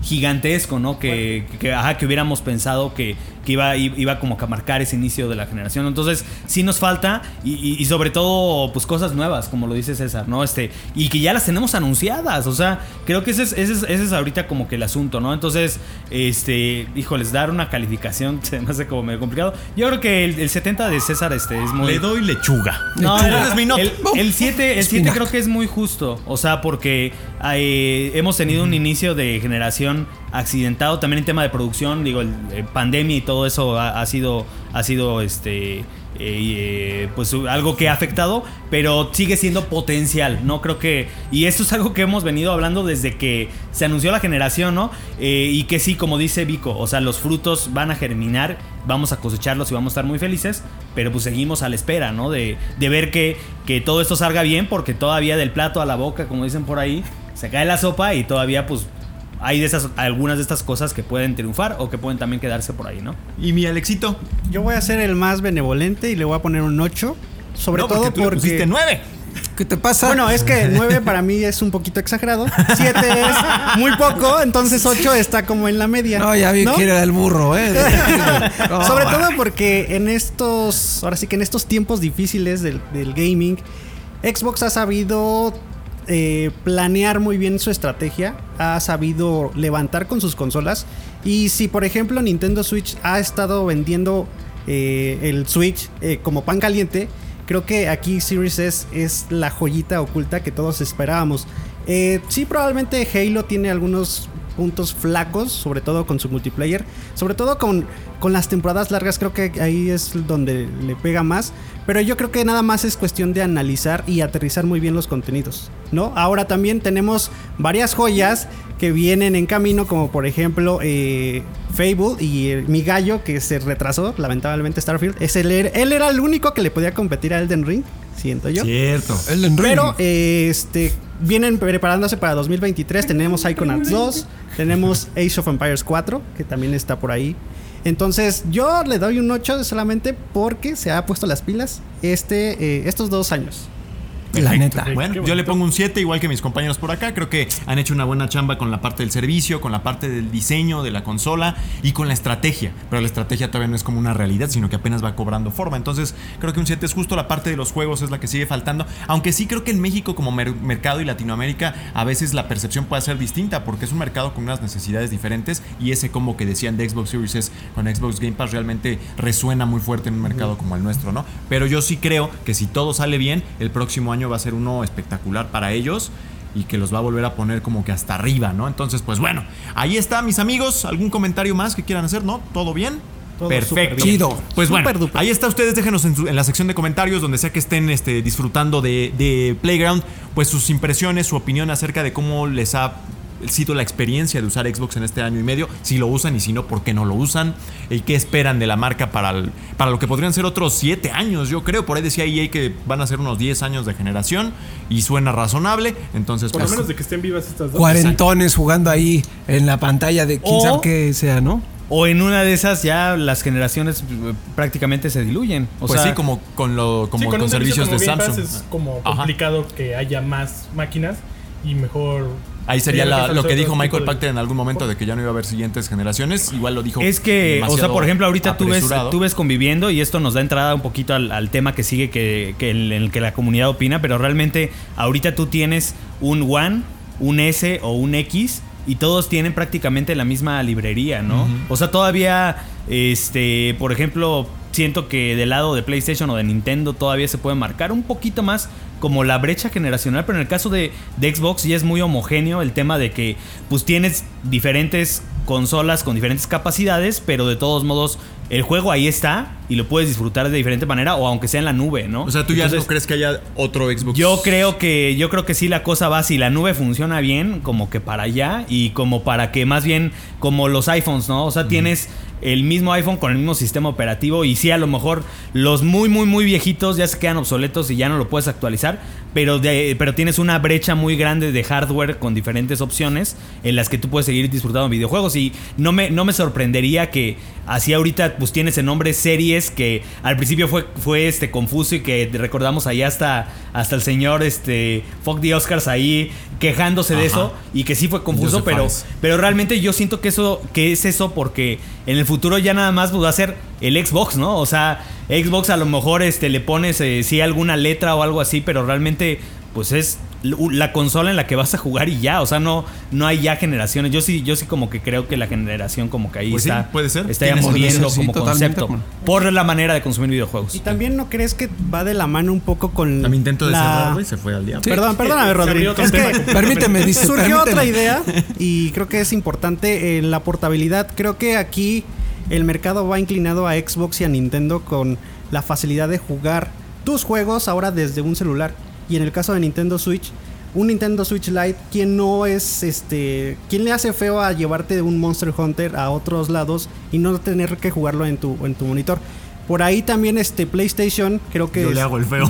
gigantesco, ¿no? Que, que, ajá, que hubiéramos pensado que, que iba, iba como que a marcar ese inicio de la generación. Entonces, sí nos falta y, y, y sobre todo, pues cosas nuevas, como lo dice César, ¿no? Este, y que ya las tenemos anunciadas. O sea, creo que ese es, ese es, ese es ahorita como que el asunto, ¿no? Entonces, este, híjoles, dar una calificación se me hace como medio complicado. Yo creo que el, el setenta de César este, es muy... Le doy lechuga. No, Lechuga es mi nota. el, el siete, el siete creo que es muy justo. O sea, porque eh, hemos tenido un inicio de generación accidentado también en tema de producción. Digo, el, el pandemia y todo eso ha, ha sido, ha sido este, eh, eh, pues algo que ha afectado, pero sigue siendo potencial, ¿no? Creo que, y esto es algo que hemos venido hablando desde que se anunció la generación, ¿no? Eh, y que sí, como dice Vico, o sea, los frutos van a germinar, vamos a cosecharlos y vamos a estar muy felices, pero pues seguimos a la espera, ¿no? De, de ver que, que todo esto salga bien, porque todavía del plato a la boca, como dicen por ahí, se cae la sopa y todavía pues hay de esas, algunas de estas cosas que pueden triunfar o que pueden también quedarse por ahí, ¿no? ¿Y mi Alexito? Yo voy a ser el más benevolente y le voy a poner un ocho. Sobre No, todo porque tú le porque... pusiste nueve. ¿Qué te pasa? Bueno, es que nueve para mí es un poquito exagerado. siete es muy poco, entonces ocho está como en la media. No, ya vi ¿no? que era el burro, ¿eh? No, Sobre va. todo porque en estos, ahora sí que en estos tiempos difíciles del, del gaming, Xbox ha sabido eh, planear muy bien su estrategia, ha sabido levantar con sus consolas. Y si por ejemplo Nintendo Switch ha estado vendiendo eh, el Switch eh, como pan caliente, creo que aquí Series S es la joyita oculta que todos esperábamos. Eh, sí, probablemente Halo tiene algunos puntos flacos, sobre todo con su multiplayer, sobre todo con, con las temporadas largas, creo que ahí es donde le pega más, pero yo creo que nada más es cuestión de analizar y aterrizar muy bien los contenidos, ¿no? Ahora también tenemos varias joyas que vienen en camino, como por ejemplo eh, Fable y eh, mi gallo que se retrasó, lamentablemente Starfield, es el, él era el único que le podía competir a Elden Ring, siento yo. Cierto. Elden Ring. Pero eh, este vienen preparándose para dos mil veintitrés. Tenemos Psychonauts dos, tenemos Age of Empires cuatro, que también está por ahí. Entonces yo le doy un ocho solamente porque se ha puesto las pilas este, eh, estos dos años. La neta. Bueno, yo le pongo un siete, igual que mis compañeros por acá. Creo que han hecho una buena chamba con la parte del servicio, con la parte del diseño de la consola y con la estrategia. Pero la estrategia todavía no es como una realidad, sino que apenas va cobrando forma. Entonces, creo que un siete es justo. La parte de los juegos es la que sigue faltando. Aunque sí creo que en México, como mer- mercado y Latinoamérica, a veces la percepción puede ser distinta, porque es un mercado con unas necesidades diferentes. Y ese combo que decían de Xbox Series S con Xbox Game Pass realmente resuena muy fuerte en un mercado como el nuestro, ¿no? Pero yo sí creo que si todo sale bien, el próximo año va a ser uno espectacular para ellos y que los va a volver a poner como que hasta arriba, ¿no? Entonces, pues bueno, ahí está, mis amigos. ¿Algún comentario más que quieran hacer? ¿No? ¿Todo bien? Todo Perfecto. súper bien. Chido. Pues bueno, Súper duper. ahí está. Ustedes déjenos en, su- en la sección de comentarios, donde sea que estén este, disfrutando de, de Playground, pues sus impresiones, su opinión acerca de cómo les ha sido la experiencia de usar Xbox en este año y medio, si lo usan y si no, por qué no lo usan, y qué esperan de la marca para, el- para lo que podrían ser otros siete años, yo creo. Por ahí decía E A que van a ser unos diez años de generación y suena razonable. Entonces, Por lo pues, menos de que estén vivas estas dos. Cuarentones jugando ahí en la pantalla de quién O- sabe qué sea, ¿no? O en una de esas ya las generaciones eh, prácticamente se diluyen. O pues sea, sí, como con, lo, como Sí, con, un servicio servicios como de Game Pass Samsung. es como Ajá. complicado que haya más máquinas y mejor. Ahí sería la- lo que dijo Michael Pachter Pachter en algún momento de que ya no iba a haber siguientes generaciones. Igual lo dijo. es que, o sea, demasiado por ejemplo, ahorita tú ves, apresurado. tú ves conviviendo y esto nos da entrada un poquito al, al tema que sigue que, que en el que la comunidad opina, pero realmente ahorita tú tienes un One, un S o un X y todos tienen prácticamente la misma librería, ¿no? O sea, todavía, este, por ejemplo, siento que del lado de PlayStation o de Nintendo todavía se puede marcar un poquito más como la brecha generacional, pero en el caso de, de Xbox ya es muy homogéneo el tema de que pues tienes diferentes consolas con diferentes capacidades, pero de todos modos el juego ahí está y lo puedes disfrutar de diferente manera o aunque sea en la nube, ¿no? O sea, tú ya Entonces, no crees que haya otro Xbox. yo creo que yo creo que sí la cosa va, si la nube funciona bien, como que para allá y como para que más bien como los iPhones, ¿no? O sea, tienes el mismo iPhone con el mismo sistema operativo y sí, a lo mejor los muy muy muy viejitos ya se quedan obsoletos y ya no lo puedes actualizar, pero de, pero tienes una brecha muy grande de hardware con diferentes opciones en las que tú puedes seguir disfrutando de videojuegos y no me no me sorprendería que así ahorita pues tienes el nombre series que al principio fue fue este confuso y que recordamos ahí hasta hasta el señor este Fuck the Oscars ahí quejándose de Ajá. eso y que sí fue confuso, Joseph pero, Fares. pero realmente yo siento que eso que es eso porque en el futuro ya nada más pues, va a ser el Xbox, ¿no? O sea, Xbox a lo mejor este le pones eh, sí alguna letra o algo así, pero realmente pues es la consola en la que vas a jugar y ya, o sea, no, no hay ya generaciones. Yo sí, yo sí como que creo que la generación como que ahí Pues sí, está, puede ser. está ya Tiene muriendo sentido, sí, como totalmente, concepto hermano. por la manera de consumir videojuegos. Y también no crees que va de la mano un poco con También intento de la... cerrar, güey, se fue al diablo. Perdón, perdóname, Se Rodrigo. abrió otro Es tema que completamente. Permíteme, dice. surgió permíteme. otra idea y creo que es importante en la portabilidad. Creo que aquí el mercado va inclinado a Xbox y a Nintendo con la facilidad de jugar tus juegos ahora desde un celular. Y en el caso de Nintendo Switch, un Nintendo Switch Lite, ¿quién no es este, quién le hace feo a llevarte un Monster Hunter a otros lados y no tener que jugarlo en tu en tu monitor? Por ahí también este PlayStation, creo que Yo es- le hago el feo.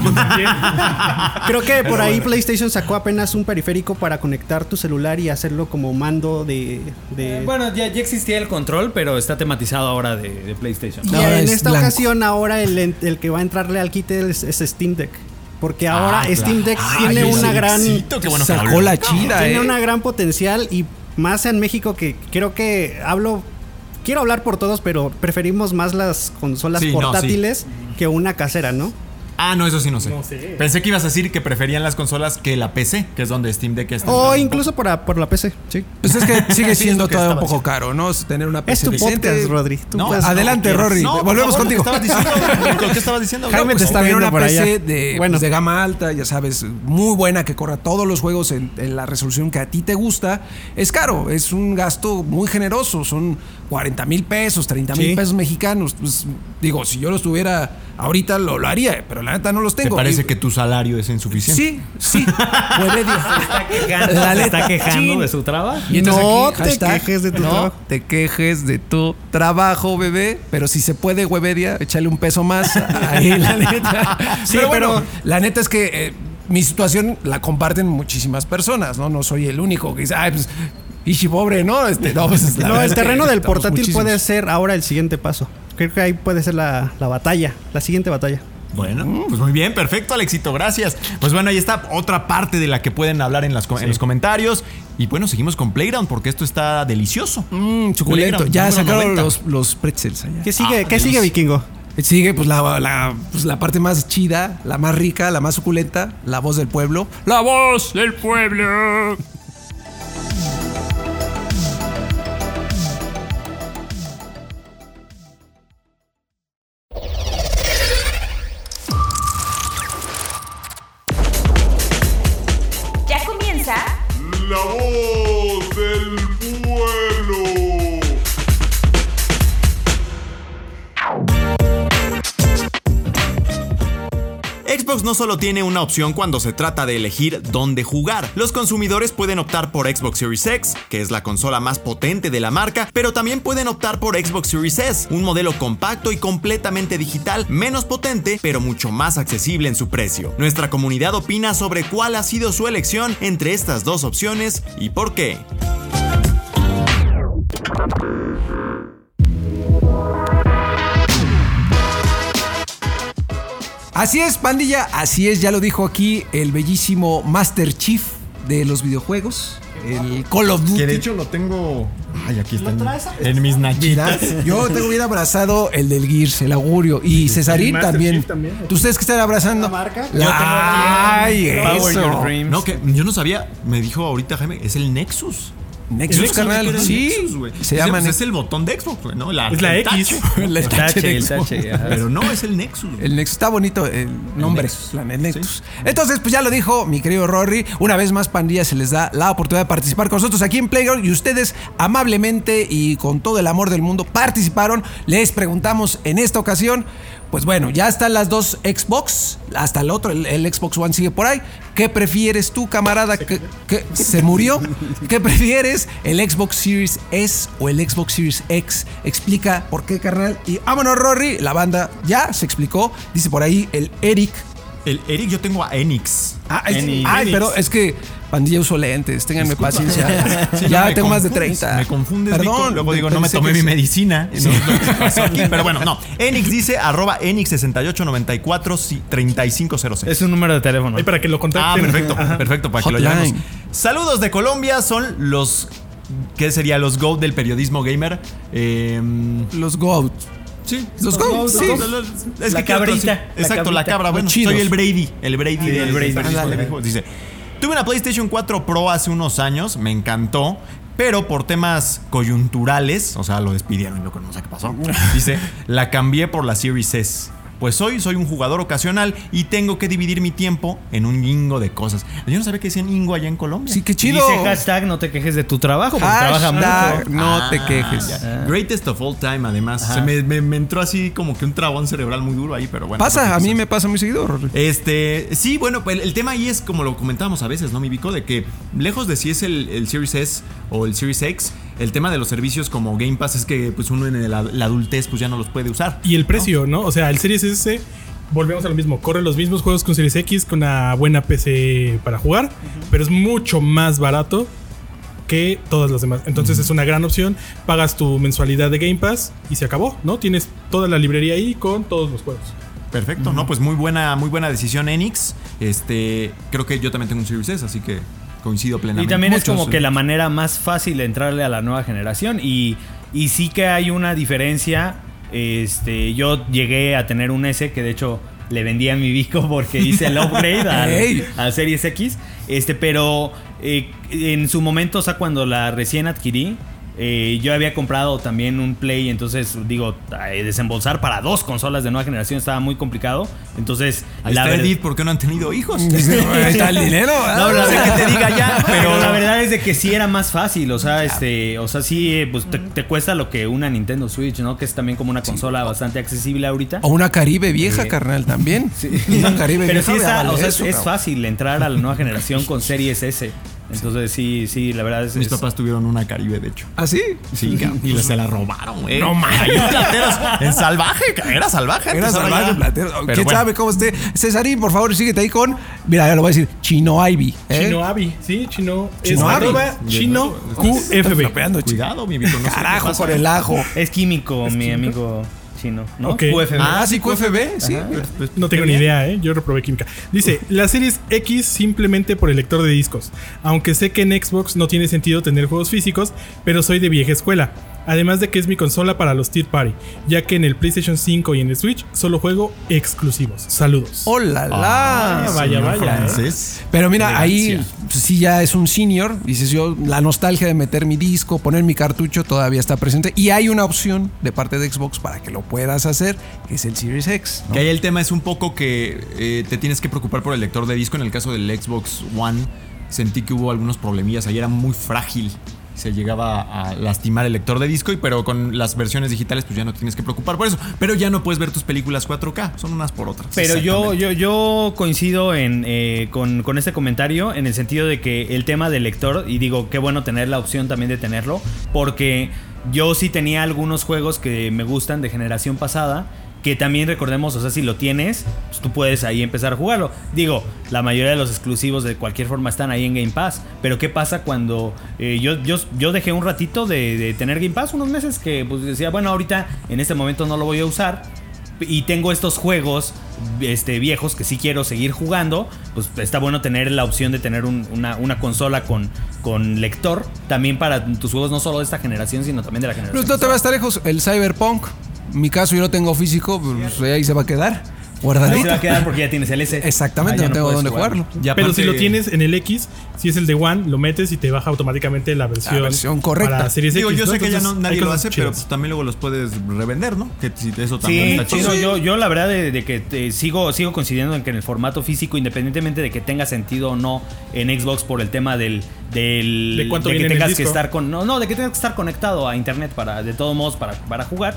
creo que por ahí PlayStation sacó apenas un periférico para conectar tu celular y hacerlo como mando de, de- Eh, bueno, ya, ya existía el control, pero está tematizado ahora de, de PlayStation. y ahora en es esta blanco. ocasión ahora el, el que va a entrarle al quite es, es Steam Deck. Porque ahora Ah, Steam Deck claro. tiene Ay, una ese gran Dixito, qué bueno que Sacó habló. la chida, tiene eh. una gran potencial y más en México que creo que hablo quiero hablar por todos, pero preferimos más las consolas Sí, no, portátiles que una casera, ¿no? Ah, no, eso sí no sé. No sé. Pensé que ibas a decir que preferían las consolas que la P C, que es donde Steam Deck está. O incluso por, la- por la P C, sí. Pues es que sigue Sí, siendo es lo que todavía un estaba poco diciendo. caro, ¿no? Tener una P Es C tu decente. podcast, Rodri. Tú No, puedes- no, Adelante, quieres. Rory. No, por Volvemos favor, contigo. ¿Qué estabas diciendo? ¿Qué estabas diciendo? Jaime Pues, te está Tener viendo una por P C allá. de, Bueno. pues, de gama alta, ya sabes, muy buena, que corra todos los juegos en, en la resolución que a ti te gusta, es caro, es un gasto muy generoso, son cuarenta mil pesos, treinta mil Sí. pesos mexicanos. Pues digo, si yo los tuviera ahorita lo, lo haría, pero la neta no los ¿Te tengo. parece Y- que tu salario es insuficiente? Sí, sí. Puede Está quejando, La se neta, está quejando chin. de su trabajo. Y entonces No aquí, te hashtag, quejes de tu no trabajo. te quejes de tu trabajo, bebé. Pero si se puede, Webedia, échale un peso más. Ahí, la neta. Sí, pero bueno, pero- la neta es que eh, mi situación la comparten muchísimas personas, ¿no? No soy el único que dice, ay, pues, ishi pobre, ¿no? Este, no, pues, la No, verdad el es que terreno del estamos portátil muchísimos. puede ser ahora el siguiente paso. Creo que ahí puede ser la, la batalla, la siguiente batalla. Bueno, pues muy bien, perfecto, Alexito, gracias. Pues bueno, ahí está otra parte de la que pueden hablar en, las, co- en los comentarios. Y bueno, seguimos con Playground porque esto está delicioso. Mm, suculento. Playground, Ya número sacaron noventa. los, los pretzels allá. ¿Qué sigue, Ah, ¿qué sigue Dios. Vikingo? Sigue pues la, la, pues la parte más chida, la más rica, la más suculenta, la voz del pueblo. ¡La voz del pueblo! Ya comienza La voz del pueblo. Xbox no solo tiene una opción cuando se trata de elegir dónde jugar. Los consumidores pueden optar por Xbox Series X, que es la consola más potente de la marca, pero también pueden optar por Xbox Series S, un modelo compacto y completamente digital, menos potente, pero mucho más accesible en su precio. Nuestra comunidad opina sobre cuál ha sido su elección entre estas dos opciones y por qué. Así es, pandilla, así es, ya lo dijo aquí el bellísimo Master Chief de los videojuegos, el Call of Duty. Que de hecho lo tengo... Ay, aquí está. ¿Lo en- traes? En mis Mira, nachitas. yo tengo bien abrazado el del Gears, el augurio. Y Cesarín Master también. Chief también. ¿Ustedes qué están abrazando? ¿La marca? La- Ay, Power Your eso. Dreams. No, que yo no sabía, me dijo ahorita Jaime, es el Nexus. Nexus, El carnal. era el Sí, Nexus, güey. se Dice, llama pues, Nexus. es el botón de Xbox, güey, ¿no? La, Es la el X. tache. El El tache tache, de el Xbox. tache, ajá. Pero no, es el Nexus. güey. El Nexus está bonito el nombre, Nexus. la- el Nexus. Entonces, pues ya lo dijo mi querido Rory. Una vez más, pandilla, se les da la oportunidad de participar con nosotros aquí en Playground. Y ustedes, amablemente y con todo el amor del mundo, participaron. Les preguntamos en esta ocasión. Pues bueno, ya están las dos Xbox. Hasta el otro, el, el Xbox One sigue por ahí. ¿Qué prefieres tú, camarada? ¿Qué, qué- se murió? ¿Qué prefieres? ¿El Xbox Series S o el Xbox Series X? Explica por qué, carnal. Y vámonos, Rory. La banda ya se explicó. Dice por ahí el Eric El Eric, yo tengo a Enix. Ah, es- Enix. ay, pero es que pandilla uso lentes, ténganme Disculpa. paciencia. Sí, ya no, me tengo más de confundes, treinta. Me confundes, Perdón. Vico. Luego digo, no me pensé tomé que mi sí. medicina. No, no, ¿qué pasó aquí? Pero bueno, no. Enix dice arroba Enix sesenta y ocho noventa y cuatro treinta y cinco cero seis. Es un número de teléfono. Ahí para que lo Ah, contacten. perfecto, perfecto, para que lo Hotline. llamemos. Saludos de Colombia, son los. ¿Qué sería? Los GOAT del periodismo gamer. Eh, Los GOAT. sí, Los GOAT, sí. Es La que quiero cabrita, traducir. la Exacto, la cabrita. cabra. Bueno, Los chidos. soy el Brady. El Brady Sí, del el Brady. periodismo Ándale. de videojuegos. Dice: tuve una PlayStation cuatro Pro hace unos años, me encantó. Pero por temas coyunturales, o sea, lo despidieron y lo que no sé qué pasó. Dice, la cambié por la Series S. Pues hoy soy un jugador ocasional y tengo que dividir mi tiempo en un ingo de cosas. Yo no sabía que decían ingo allá en Colombia. Sí, qué chido. Dice hashtag no te quejes de tu trabajo, porque trabaja Hashtag mucho. no te Ah, quejes. ya. Greatest of all time, además. Se me, me- me entró así como que un trabón cerebral muy duro ahí, pero bueno. Pasa, no a sé mí qué me pasa muy seguido. Rory. Este, sí, bueno, pues el, el tema ahí es como lo comentábamos a veces, ¿no, mi Vico? De que lejos de si es el, el Series S o el Series X, el tema de los servicios como Game Pass es que pues uno en la, la adultez pues ya no los puede usar. Y el precio, ¿no? O sea, el Series S, volvemos a lo mismo. Corre los mismos juegos que un Series X, con una buena P C para jugar, pero es mucho más barato que todas las demás. Entonces es una gran opción. Pagas tu mensualidad de Game Pass y se acabó, ¿no? Tienes toda la librería ahí con todos los juegos. Perfecto, ¿no? Pues muy buena, muy buena decisión, Enix. Este, creo que yo también tengo un Series S, así que coincido Y plenamente. también es Muchos, como que la manera más fácil de entrarle a la nueva generación. Y, y sí que hay una diferencia. Este, yo llegué a tener un S que de hecho le vendí a mi Vico porque hice el upgrade al, Ey. al Series X. Este, pero eh, en su momento, o sea, cuando la recién adquirí, eh, yo había comprado también un Play. Entonces, digo, eh, desembolsar para dos consolas de nueva generación estaba muy complicado. Entonces, Ahí la está verdad. Edith, ¿por qué no han tenido hijos? Ahí está el dinero. No, la sé verdad que te diga ya, pero la verdad es de que sí era más fácil, o sea, este, o sea, sí, eh, pues te, te cuesta lo que una Nintendo Switch, ¿no? Que es también como una consola bastante accesible ahorita. O una Caribe vieja, Eh, carnal, también. Una Caribe Pero vieja. sí está, vale o sea, eso, es cabrón. fácil entrar a la nueva generación con Series S. Entonces sí, sí, la verdad es. Mis es- papás tuvieron una Caribe, de hecho. ¿Ah, sí? Sí, cabrón, y se la robaron, güey. No mames. En salvaje, ca- era salvaje. Era antes, ahora salvaje ya- platero. Pero ¿Quién bueno. sabe cómo esté? Cesarín, por favor, síguete ahí con. Mira, ya lo voy a decir. Chino Ivy. ¿eh? Chino Avi, sí, Chino. Chino es Avi. arroba Chino Q F B. Flopeando, chi- Cuidado, mi Vico. No sé qué Carajo pasa. con el ajo. Es químico, mi amigo chino, ¿no? Ok. Q F B. Ah, sí, Q F B. Sí. Pues, No tengo ni idea, ¿eh? Yo reprobé química. Dice, la Series X simplemente por el lector de discos. Aunque sé que en Xbox no tiene sentido tener juegos físicos, pero soy de vieja escuela. Además de que es mi consola para los third party, ya que en el PlayStation cinco y en el Switch solo juego exclusivos. Saludos. ¡Hola, la! Ah, vaya, señor vaya, ¿eh? francés. Pero mira, ahí Elegancia. pues, sí ya es un senior. Dices yo, la nostalgia de meter mi disco, poner mi cartucho todavía está presente. Y hay una opción de parte de Xbox para que lo puedas hacer, que es el Series X. ¿no? Que ahí el tema es un poco que eh, te tienes que preocupar por el lector de disco. En el caso del Xbox One, sentí que hubo algunos problemillas. Ahí era muy frágil. Se llegaba a lastimar el lector de disco, y pero con las versiones digitales pues ya no tienes que preocupar por eso. Pero ya no puedes ver tus películas cuatro K, son unas por otras. Pero yo, Exactamente. yo, yo coincido en, eh, con, con este comentario en el sentido de que el tema del lector, y digo, qué bueno tener la opción también de tenerlo, porque yo sí tenía algunos juegos que me gustan de generación pasada, que también recordemos, o sea, si lo tienes, pues tú puedes ahí empezar a jugarlo. Digo, la mayoría de los exclusivos de cualquier forma están ahí en Game Pass, pero ¿qué pasa cuando eh, yo, yo, yo dejé un ratito de, de tener Game Pass, unos meses que pues decía, bueno, ahorita en este momento no lo voy a usar, y tengo estos juegos este, viejos que sí quiero seguir jugando, pues está bueno tener la opción de tener un- una, una consola con, con lector, también para tus juegos no solo de esta generación, sino también de la generación Pero no te va a estar lejos. El Cyberpunk. En mi caso, yo lo tengo físico, pues ahí se va a quedar. Ahí se va a Guardadito. quedar porque ya tienes el S. Exactamente, Ah, ya no tengo puedes dónde jugar. jugarlo. Ya Pero aparte- si lo tienes en el X, si es el de One, lo metes y te baja automáticamente la versión, La versión correcta. para Series Digo, X. yo ¿no? sé que ya Entonces, no, nadie hay lo cosas hace, pero chidas. pues también luego los puedes revender, ¿no? Que si eso también Sí, está sí, chido. no, yo, yo la verdad de, de que te sigo, sigo coincidiendo en que en el formato físico, independientemente de que tenga sentido o no en Xbox por el tema del, del ¿De cuánto que viene en el tengas que disco? estar con no, no, de que tengas que estar conectado a internet para de todos modos para, para jugar.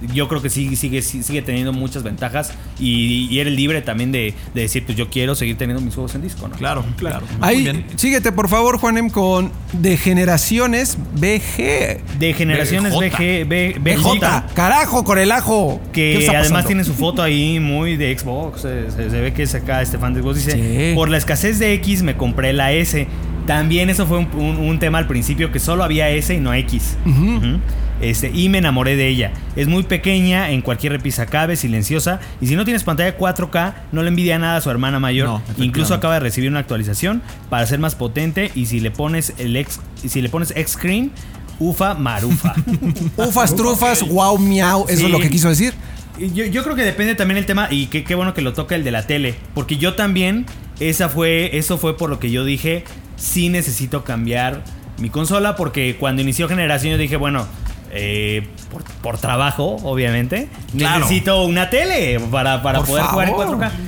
yo creo que sí, sigue, sigue teniendo muchas ventajas y, y eres libre también de, de decir, pues yo quiero seguir teniendo mis juegos en disco, ¿no? Claro, claro. Muy Ahí, bien. síguete por favor, Juanem, con De Generaciones B G. De Generaciones B B G, B, BJ. Carajo, con el ajo. ¿Qué Que está además pasando? tiene su foto ahí muy de Xbox. Se, se- se ve que es acá este fan de Xbox. Dice: Sí. por la escasez de X me compré la S. También eso fue un, un- un tema al principio, que solo había S y no X. Ujú. Este, y me enamoré de ella. Es muy pequeña, en cualquier repisa cabe, silenciosa. Y si no tienes pantalla cuatro K, no le envidia nada a su hermana mayor. No, efectivamente. Incluso acaba de recibir una actualización para ser más potente. Y si le pones el X, y si le pones X-Screen, ufa marufa. Ufas, trufas, wow, miau. Eso Sí. es lo que quiso decir. Y Yo, yo creo que depende también el tema, y qué, qué bueno que lo toca el de la tele, porque yo también, esa fue, eso fue por lo que yo dije, sí necesito cambiar mi consola, porque cuando inició generación yo dije, bueno, eh, por, por trabajo, obviamente, Claro. necesito una tele para, para Por poder jugar en favor. cuatro K.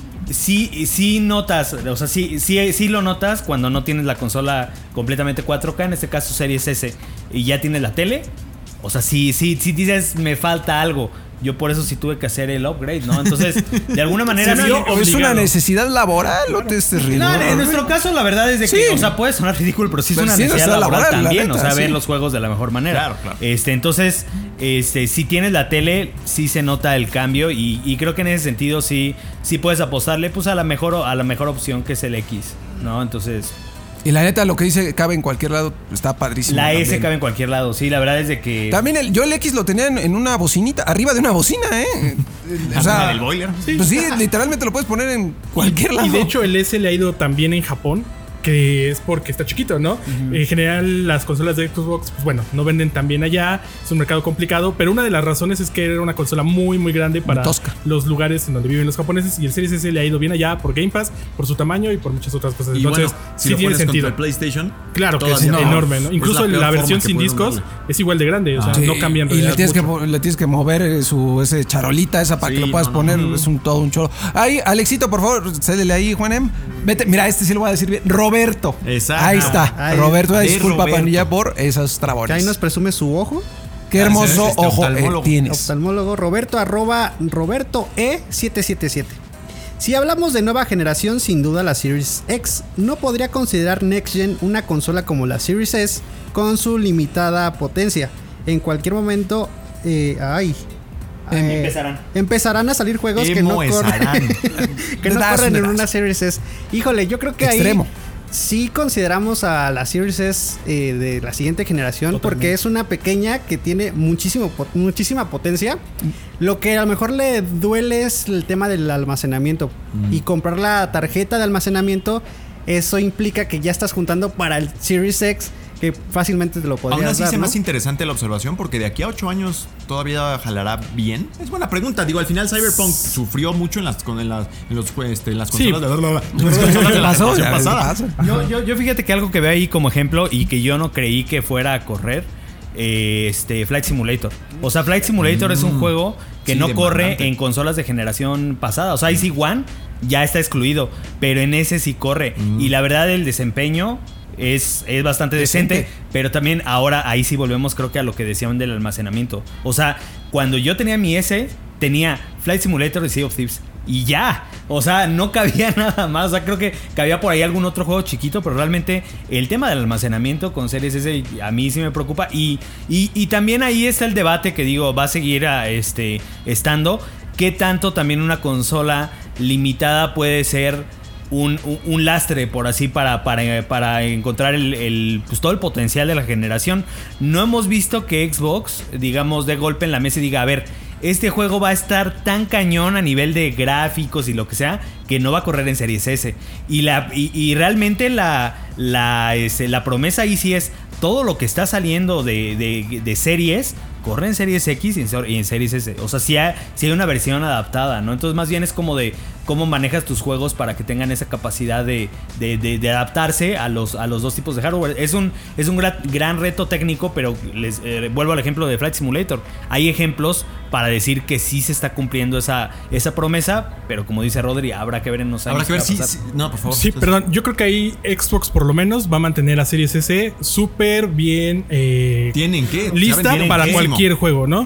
Sí, sí notas, o sea, sí, sí, sí lo notas cuando no tienes la consola completamente cuatro K, en este caso Series S, y ya tienes la tele. O sea, sí, sí, sí dices, me falta algo. Yo por eso sí tuve que hacer el upgrade, ¿no? Entonces, de alguna manera... Se sí- vio ¿Es una obligado. necesidad laboral o te estés riendo? No, en nuestro caso, la verdad es de que, Sí. o sea, puede sonar ridículo, pero sí es Pero una sí, necesidad necesidad laboral, laboral, la también, neta, o sea, ver sí. los juegos de la mejor manera. Claro, claro. Este, entonces, este, si tienes la tele, sí se nota el cambio y, y creo que en ese sentido sí, sí puedes apostarle, pues a la mejor, a la mejor opción que es el X, ¿no? Entonces, Y la neta, lo que dice cabe en cualquier lado está padrísimo. la S también. cabe en cualquier lado, sí, la verdad es de que... También el, yo el X lo tenía en, en una bocinita, arriba de una bocina, ¿eh? O sea, ¿En el boiler? Pues sí, literalmente lo puedes poner en cualquier lado. Y de hecho el S le ha ido también en Japón, que es porque está chiquito, ¿no? En general las consolas de Xbox, pues bueno, no venden tan bien allá, es un mercado complicado, pero una de las razones es que era una consola muy muy grande para tosca. los lugares en donde viven los japoneses, y el Series S le ha ido bien allá por Game Pass, por su tamaño y por muchas otras cosas. Y Entonces, bueno, si sí lo tiene pones contra sentido. el PlayStation, Claro que es todavía peor. enorme, ¿no? Es Incluso peor la, forma versión que sin pueden discos darle. es igual de grande, o sea, Sí, no cambia en y le realidad tienes, que, mucho. po- le tienes que mover eh, su ese charolita esa para Sí, que lo puedas no, no, poner. no. Es un todo un choro. Ahí, Alexito, por favor, cédele ahí, Juanem. Vete, mira, este sí lo voy a decir bien. Roberto. Exacto. Ahí está. Ahí. Roberto, una De disculpa, Roberto. Panilla, por esos Que trabones. ahí nos presume su ojo. Qué hermoso Este ojo eh, oftalmólogo. tienes. Oftalmólogo Roberto arroba Roberto E siete siete siete. Si hablamos de nueva generación, sin duda la Series X. No podría considerar Next Gen una consola como la Series S con su limitada potencia. En cualquier momento, eh, ay, eh, Empezarán. empezarán a salir juegos que no Emoesarán. corren, que no Das, corren en das. una Series S. Híjole, yo creo que Extremo. ahí sí consideramos a la Series S eh, de la siguiente generación, porque es una pequeña que tiene muchísimo, po- muchísima potencia. Lo que a lo mejor le duele es el tema del almacenamiento. Y comprar la tarjeta de almacenamiento, eso implica que ya estás juntando para el Series X, que fácilmente te lo podrías Aún así dar, se me ¿no? hace interesante la observación, porque de aquí a ocho años todavía jalará bien. Es buena pregunta. Digo, al final Cyberpunk sufrió mucho en las, con, en las, en los, este, en las Sí. consolas de, en las consolas de la pasó? generación Ya, pasada. pasa. Yo, yo, yo fíjate que algo que veo ahí como ejemplo y que yo no creí que fuera a correr, eh, este Flight Simulator. O sea, Flight Simulator es un juego que Sí, no corre demandante. en consolas de generación pasada. O sea, Icy One ya está excluido, pero en ese sí corre. Y la verdad, el desempeño es, es bastante decente, Decente. pero también ahora ahí sí volvemos, creo que a lo que decían del almacenamiento. O sea, cuando yo tenía mi S, tenía Flight Simulator y Sea of Thieves. Y ya, o sea, no cabía nada más. O sea, creo que cabía por ahí algún otro juego chiquito, pero realmente el tema del almacenamiento con Series S a mí sí me preocupa. Y, y, y también ahí está el debate que digo, va a seguir a, este, estando. ¿Qué tanto también una consola limitada puede ser un, un, un lastre, por así, para, para, para encontrar el, el, pues, todo el potencial de la generación? No hemos visto que Xbox, digamos, dé golpe en la mesa y diga, a ver, este juego va a estar tan cañón a nivel de gráficos y lo que sea, que no va a correr en Series S. Y, la, y, y realmente la, la, este, la promesa ahí sí es todo lo que está saliendo de, de, de series, corre en Series X y en, y en Series S. O sea, sí hay, sí hay una versión adaptada, ¿no? Entonces más bien es como de cómo manejas tus juegos para que tengan esa capacidad de, de, de, de adaptarse a los, a los dos tipos de hardware. Es un, es un gran, gran reto técnico, pero les eh, vuelvo al ejemplo de Flight Simulator. Hay ejemplos para decir que sí se está cumpliendo esa, esa promesa, pero como dice Rodri, habrá que ver en los años. Habrá que ver qué si, va a pasar. si- No, por favor. Sí, perdón, yo creo que ahí Xbox por lo menos va a mantener la Series S súper bien eh, Tienen que. lista saben, tienen para que. cualquier juego, ¿no? Ajá.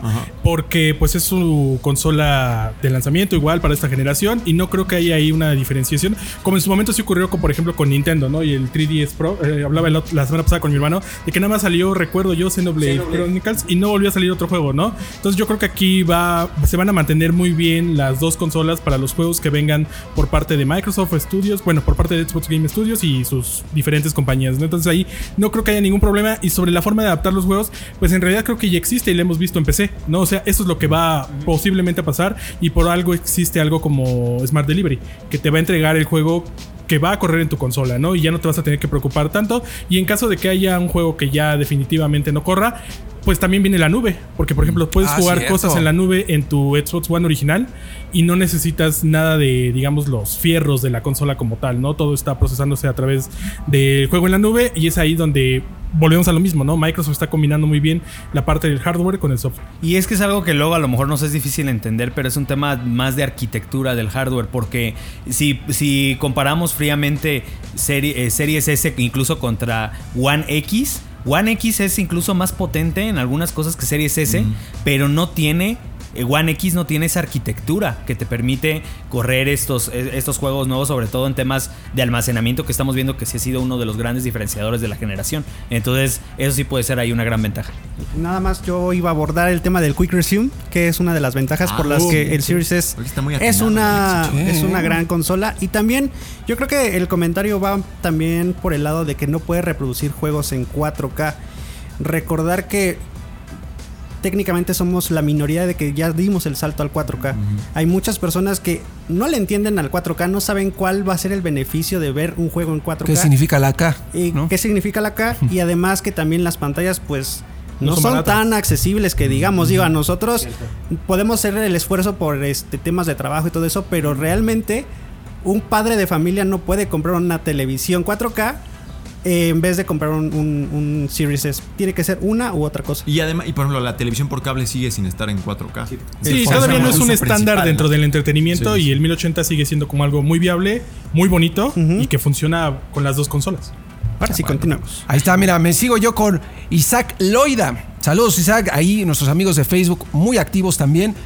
porque pues es su consola de lanzamiento igual para esta generación y no creo que haya ahí una diferenciación como en su momento sí ocurrió con, por ejemplo con Nintendo, ¿no? Y el tres D S Pro, eh, hablaba el, la semana pasada con mi hermano de que nada más salió, recuerdo yo, Xenoblade, Xenoblade Chronicles y no volvió a salir otro juego, ¿no? Entonces yo creo que aquí va se van a mantener muy bien las dos consolas para los juegos que vengan por parte de Microsoft Studios, bueno, por parte de Xbox Game Studios y sus diferentes compañías, ¿no? Entonces ahí no creo que haya ningún problema y sobre la forma de adaptar los juegos, pues en realidad creo que ya existe y lo hemos visto en P C, ¿no? O sea, eso es lo que va posiblemente a pasar y por algo existe algo como Smart Delivery, que te va a entregar el juego que va a correr en tu consola, ¿no? Y ya no te vas a tener que preocupar tanto. Y en caso de que haya un juego que ya definitivamente no corra, pues también viene la nube. Porque, por ejemplo, puedes ah, jugar cierto. cosas en la nube en tu Xbox One original y no necesitas nada de, digamos, los fierros de la consola como tal, ¿no? Todo está procesándose a través del juego en la nube y es ahí donde volvemos a lo mismo, ¿no? Microsoft está combinando muy bien la parte del hardware con el software. Y es que es algo que luego a lo mejor nos es difícil entender, pero es un tema más de arquitectura del hardware, porque si, si comparamos fríamente serie, eh, Series S incluso contra One X, One X es incluso más potente en algunas cosas que Series S, mm. pero no tiene... One X no tiene esa arquitectura que te permite correr estos, estos juegos nuevos, sobre todo en temas de almacenamiento que estamos viendo que sí ha sido uno de los grandes diferenciadores de la generación. Entonces, eso sí puede ser ahí una gran ventaja. Nada más yo iba a abordar el tema del Quick Resume, que es una de las ventajas ah, por las uh, que el Series S es una, sí. es una gran consola. Y también yo creo que el comentario va también por el lado de que no puede reproducir juegos en cuatro K. Recordar que técnicamente somos la minoría de que ya dimos el salto al cuatro K. Uh-huh. Hay muchas personas que no le entienden al cuatro K, no saben cuál va a ser el beneficio de ver un juego en cuatro K. ¿Qué significa la K? Y ¿no? ¿Qué significa la K? Y además que también las pantallas pues no, no son, son tan accesibles que digamos, uh-huh. digo, a nosotros Cierto. podemos hacer el esfuerzo por este temas de trabajo y todo eso, pero realmente un padre de familia no puede comprar una televisión cuatro K Eh, en vez de comprar un, un, un Series S. Tiene que ser una u otra cosa. Y además, y por ejemplo, la televisión por cable sigue sin estar en cuatro K. Sí, sí todavía no es un estándar dentro del entretenimiento, sí, sí. Y el mil ochenta sigue siendo como algo muy viable, muy bonito, uh-huh. y que funciona con las dos consolas. Ahora sí, bueno, continuamos. Ahí está, mira, me sigo yo con Isaac Loida. Saludos, Isaac. Ahí nuestros amigos de Facebook muy activos también.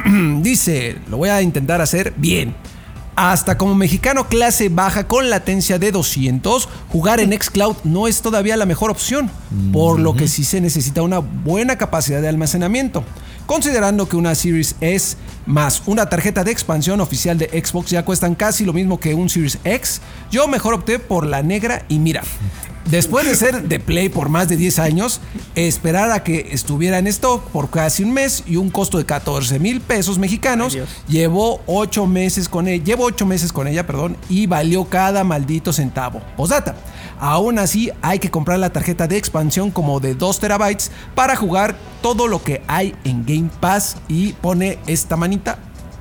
Dice, lo voy a intentar hacer bien. Hasta como mexicano clase baja con latencia de doscientos, jugar en xCloud no es todavía la mejor opción, por lo que sí se necesita una buena capacidad de almacenamiento. Considerando que una Series S más una tarjeta de expansión oficial de Xbox ya cuestan casi lo mismo que un Series X, yo mejor opté por la negra y mira. Después de ser de Play por más de diez años, esperar a que estuviera en stock por casi un mes y un costo de catorce mil pesos mexicanos, llevó ocho meses con ella, llevo ocho meses con ella, perdón, y valió cada maldito centavo. Postdata. Aún así, hay que comprar la tarjeta de expansión como de dos terabytes para jugar todo lo que hay en Game Pass y pone esta manita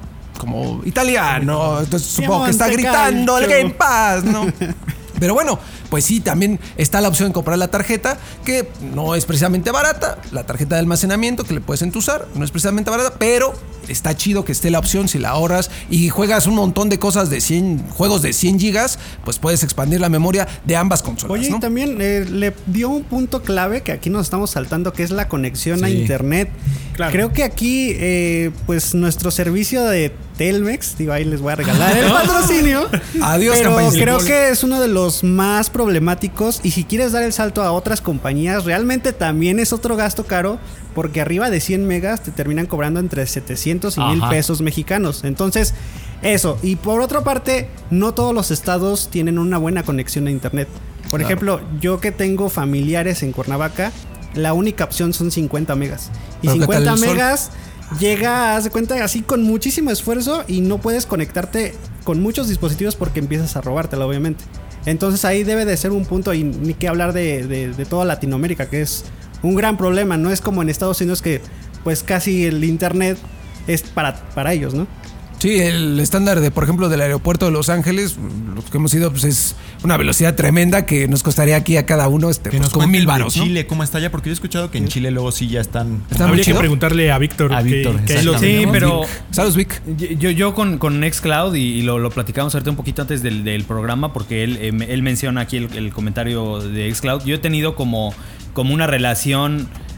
como italiano. Entonces supongo que está gritando el Game Pass, ¿no? Pero bueno, pues sí, también está la opción de comprar la tarjeta, que no es precisamente barata. La tarjeta de almacenamiento que le puedes entusar no es precisamente barata, pero está chido que esté la opción. Si la ahorras y juegas un montón de cosas de cien juegos de cien gigas, pues puedes expandir la memoria de ambas consolas. Oye, ¿no? Y también eh, le dio un punto clave que aquí nos estamos saltando, que es la conexión sí. a internet. Claro. Creo que aquí, eh, pues nuestro servicio de Telmex, digo, ahí les voy a regalar el patrocinio. Adiós, pero campaña. creo que es uno de los más problemáticos. Y si quieres dar el salto a otras compañías, realmente también es otro gasto caro, porque arriba de cien megas te terminan cobrando entre setecientos y mil pesos mexicanos. Entonces, eso. Y por otra parte, no todos los estados tienen una buena conexión a internet. Por claro. ejemplo, yo que tengo familiares en Cuernavaca, la única opción son cincuenta megas. Y cincuenta megas llega, haz de cuenta, así con muchísimo esfuerzo, y no puedes conectarte con muchos dispositivos porque empiezas a robártela, obviamente. Entonces ahí debe de ser un punto, y ni que hablar de, de, de toda Latinoamérica, que es un gran problema. No es como en Estados Unidos, que pues casi el internet es para, para ellos, ¿no? Sí, el estándar de, por ejemplo, del aeropuerto de Los Ángeles, los que hemos ido, pues es una velocidad tremenda que nos costaría aquí a cada uno este, que pues, nos como mil varos, ¿no? Chile, ¿cómo está allá? Porque yo he escuchado que en Chile luego sí ya están... ¿Están Habría que preguntarle a Víctor. A Víctor, que, que lo Sí, pero... Saludos, Vic. Yo, yo con, con Nextcloud, y, y lo, lo platicamos ahorita un poquito antes del, del programa, porque él, él menciona aquí el, el comentario de Nextcloud. Yo he tenido como, como una relación...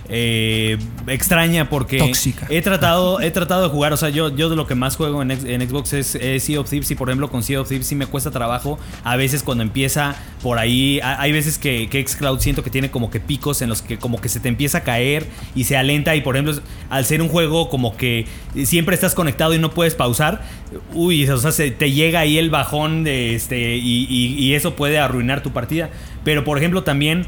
eh, extraña porque Tóxica. he tratado he tratado de jugar, o sea, yo, yo de lo que más juego en, en Xbox es, es Sea of Thieves, y por ejemplo con Sea of Thieves sí me cuesta trabajo a veces cuando empieza por ahí, hay veces que, que xCloud siento que tiene como que picos en los que como que se te empieza a caer y se alenta, y por ejemplo al ser un juego como que siempre estás conectado y no puedes pausar, uy, o sea, se te llega ahí el bajón de este y, y, y eso puede arruinar tu partida. Pero por ejemplo también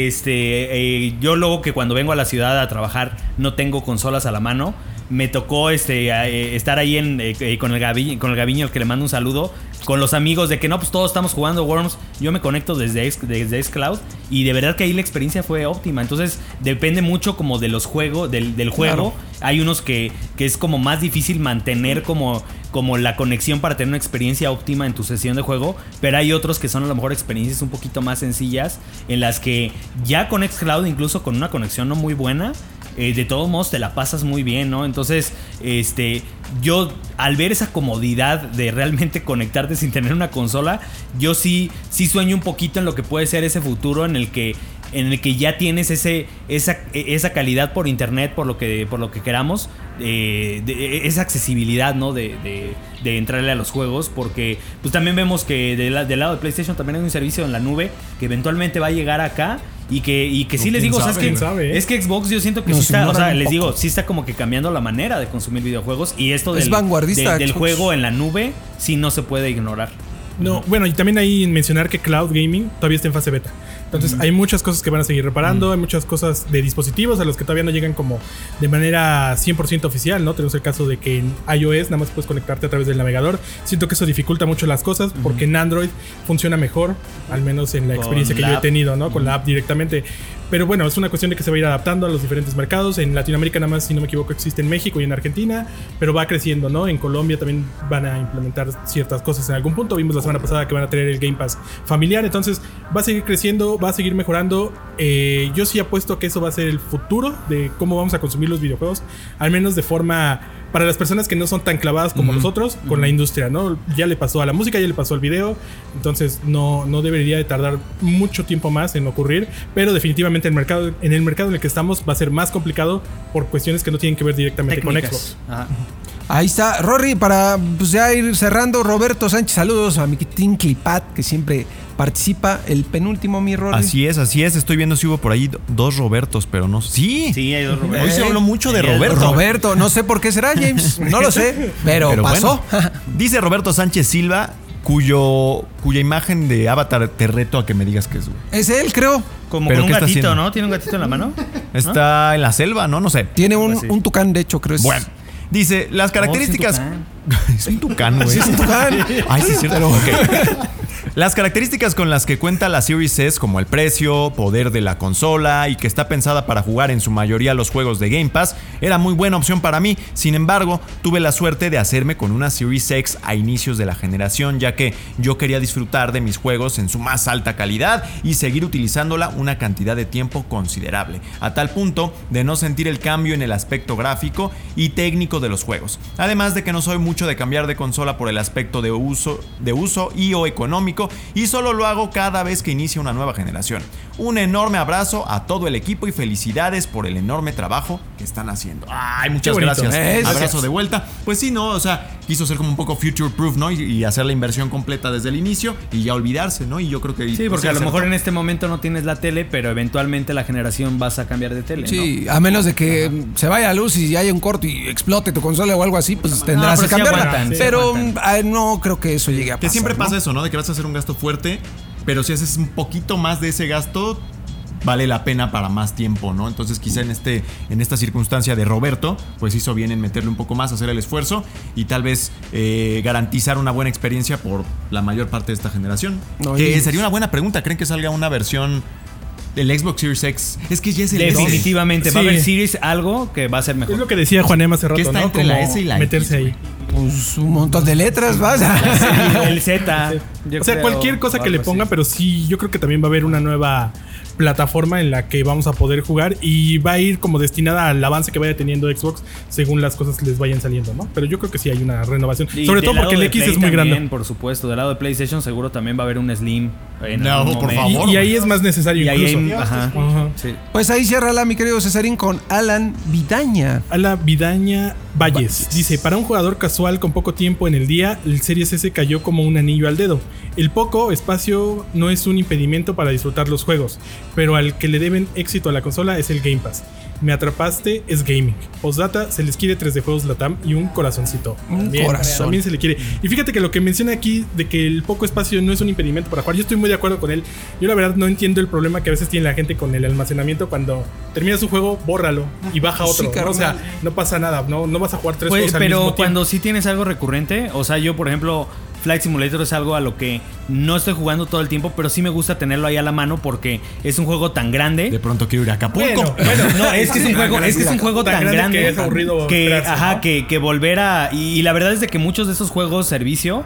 este eh, yo luego que cuando vengo a la ciudad a trabajar no tengo consolas a la mano, me tocó este eh, estar ahí en, eh, con el Gavi, con el Gaviño, al que le mando un saludo, con los amigos de que no, pues todos estamos jugando Worms. Yo me conecto desde, X, desde xCloud y de verdad que ahí la experiencia fue óptima. Entonces depende mucho como de los juegos, del, del juego. Claro. Hay unos que, que es como más difícil mantener como, como la conexión para tener una experiencia óptima en tu sesión de juego, pero hay otros que son a lo mejor experiencias un poquito más sencillas en las que ya con xCloud, incluso con una conexión no muy buena, Eh, de todos modos te la pasas muy bien, ¿no? Entonces, este, yo al ver esa comodidad de realmente conectarte sin tener una consola, yo sí, sí sueño un poquito en lo que puede ser ese futuro en el que, en el que ya tienes ese, esa, esa calidad por internet, por lo que, por lo que queramos, eh, de, esa accesibilidad, ¿no? De, de, de entrarle a los juegos, porque pues también vemos que de la, del lado de PlayStation también hay un servicio en la nube que eventualmente va a llegar acá. Y que, y que sí les digo, sabe, o sea, es, que, sabe, ¿eh? es que Xbox yo siento que Nos sí está, o sea, les poco. digo, sí está como que cambiando la manera de consumir videojuegos, y esto Es del, vanguardista, del, del Xbox. juego en la nube sí no se puede ignorar. No, bueno, y también hay mencionar que Cloud Gaming todavía está en fase beta. Entonces mm. hay muchas cosas que van a seguir reparando, mm. hay muchas cosas de dispositivos a los que todavía no llegan como de manera cien por ciento oficial, ¿no? Tenemos el caso de que en iOS nada más puedes conectarte a través del navegador. Siento que eso dificulta mucho las cosas, mm. porque en Android funciona mejor, al menos en la Con experiencia que la yo he app. tenido, ¿no? Con mm. la app directamente. Pero bueno, es una cuestión de que se va a ir adaptando a los diferentes mercados. En Latinoamérica nada más, si no me equivoco, existe en México y en Argentina, pero va creciendo, ¿no? En Colombia también van a implementar ciertas cosas en algún punto. Vimos la semana pasada que van a tener el Game Pass familiar, entonces va a seguir creciendo, va a seguir mejorando. Eh, yo sí apuesto que eso va a ser el futuro de cómo vamos a consumir los videojuegos, al menos de forma para las personas que no son tan clavadas como uh-huh. nosotros con uh-huh. la industria, ¿no? Ya le pasó a la música, ya le pasó al video, entonces no, no debería de tardar mucho tiempo más en ocurrir, pero definitivamente el mercado, en el mercado en el que estamos va a ser más complicado por cuestiones que no tienen que ver directamente Técnicas. con Xbox. Ajá. Ahí está, Rory, para pues, ya ir cerrando. Roberto Sánchez, saludos a mi Clipat, que siempre participa. El penúltimo, mi Rory. Así es, así es. Estoy viendo si hubo por ahí dos Robertos, pero no. Sí, sí, hay dos Robertos. Hoy se habló mucho de Roberto. Roberto, no sé por qué será, James. No lo sé, pero, pero pasó. Bueno, dice Roberto Sánchez Silva, cuyo cuya imagen de avatar te reto a que me digas que es. Es él, creo. Como con un gatito, ¿no? ¿Tiene un gatito en la mano? Está ¿no? en la selva, ¿no? No sé. Tiene un, pues sí. un tucán, de hecho, creo. Es... Bueno. Dice, las características... Oh, es un tucán, güey. Sí, es un tucán. Ay, sí, es cierto. Okay. Las características con las que cuenta la Series S, como el precio, poder de la consola y que está pensada para jugar en su mayoría los juegos de Game Pass, era muy buena opción para mí. Sin embargo, tuve la suerte de hacerme con una Series X a inicios de la generación, ya que yo quería disfrutar de mis juegos en su más alta calidad y seguir utilizándola una cantidad de tiempo considerable, a tal punto de no sentir el cambio en el aspecto gráfico y técnico de los juegos. Además de que no soy mucho de cambiar de consola por el aspecto de uso, de uso y o económico, y solo lo hago cada vez que inicia una nueva generación. Un enorme abrazo a todo el equipo y felicidades por el enorme trabajo que están haciendo. Ay, muchas gracias. Es, abrazo gracias. de vuelta. Pues sí, no, o sea, quiso ser como un poco future proof, ¿no? Y, y hacer la inversión completa desde el inicio y ya olvidarse, ¿no? Y yo creo que sí, porque a lo mejor en este momento no tienes la tele, pero eventualmente la generación vas a cambiar de tele, sí, ¿no? A menos de que Ajá. se vaya la luz y haya un corto y explote tu consola o algo así, pues tendrás no, que cambiarla. Sí aguantan, pero sí aguantan. No creo que eso llegue a pasar. Que siempre pasa ¿no? eso, ¿no? De que vas a hacer un gasto fuerte, pero si haces un poquito más de ese gasto, vale la pena para más tiempo, ¿no? Entonces quizá en este en esta circunstancia de Roberto, pues hizo bien en meterle un poco más, hacer el esfuerzo y tal vez eh, garantizar una buena experiencia por la mayor parte de esta generación. No, que es... sería una buena pregunta. ¿Creen que salga una versión del Xbox Series X? Es que ya es el definitivamente S. va sí. a haber Series algo que va a ser mejor. Es lo que decía Juan Emma hace rato, ¿Qué está ¿no? entre Como la S y la meterse X, ahí. Pues un montón de letras, vas. Sí, el Z. Sí. O sea, cualquier cosa que le pongan, pero sí, yo creo que también va a haber una nueva plataforma en la que vamos a poder jugar y va a ir como destinada al avance que vaya teniendo Xbox según las cosas les vayan saliendo, ¿no? Pero yo creo que sí hay una renovación, y sobre todo porque el X Play es muy también, grande. Por supuesto, del lado de PlayStation seguro también va a haber un Slim en No, algún por momento. favor. Y, y ahí es más necesario Y ahí incluso. hay- ajá. Ajá. Sí. Pues ahí cierra mi querido Cesarín con Alan Vidaña. A la Vidaña Valles. Valles. Dice, para un jugador casual con poco tiempo en el día, el Series S cayó como un anillo al dedo. El poco espacio no es un impedimento para disfrutar los juegos, pero al que le deben éxito a la consola es el Game Pass. Me atrapaste es gaming. Postdata, se les quiere tres D Juegos Latam y un corazoncito. Un También, corazón. También se le quiere. Y fíjate que lo que menciona aquí de que el poco espacio no es un impedimento para jugar, yo estoy muy de acuerdo con él. Yo la verdad no entiendo el problema que a veces tiene la gente con el almacenamiento. Cuando termina su juego, bórralo y baja Sí, otro. ¿no? carnal. O sea, no pasa nada. No, no vas a jugar tres Pues, juegos al pero mismo cuando tiempo. sí tienes algo recurrente, o sea, yo por ejemplo, Flight Simulator es algo a lo que no estoy jugando todo el tiempo, pero sí me gusta tenerlo ahí a la mano porque es un juego tan grande. De pronto quiero ir a Acapulco. Bueno, bueno, No, es que es un juego, es que es un juego tan, grande, que es aburrido que, esperarse, ajá, ¿no? que, que volver a y, y la verdad es de que muchos de esos juegos servicio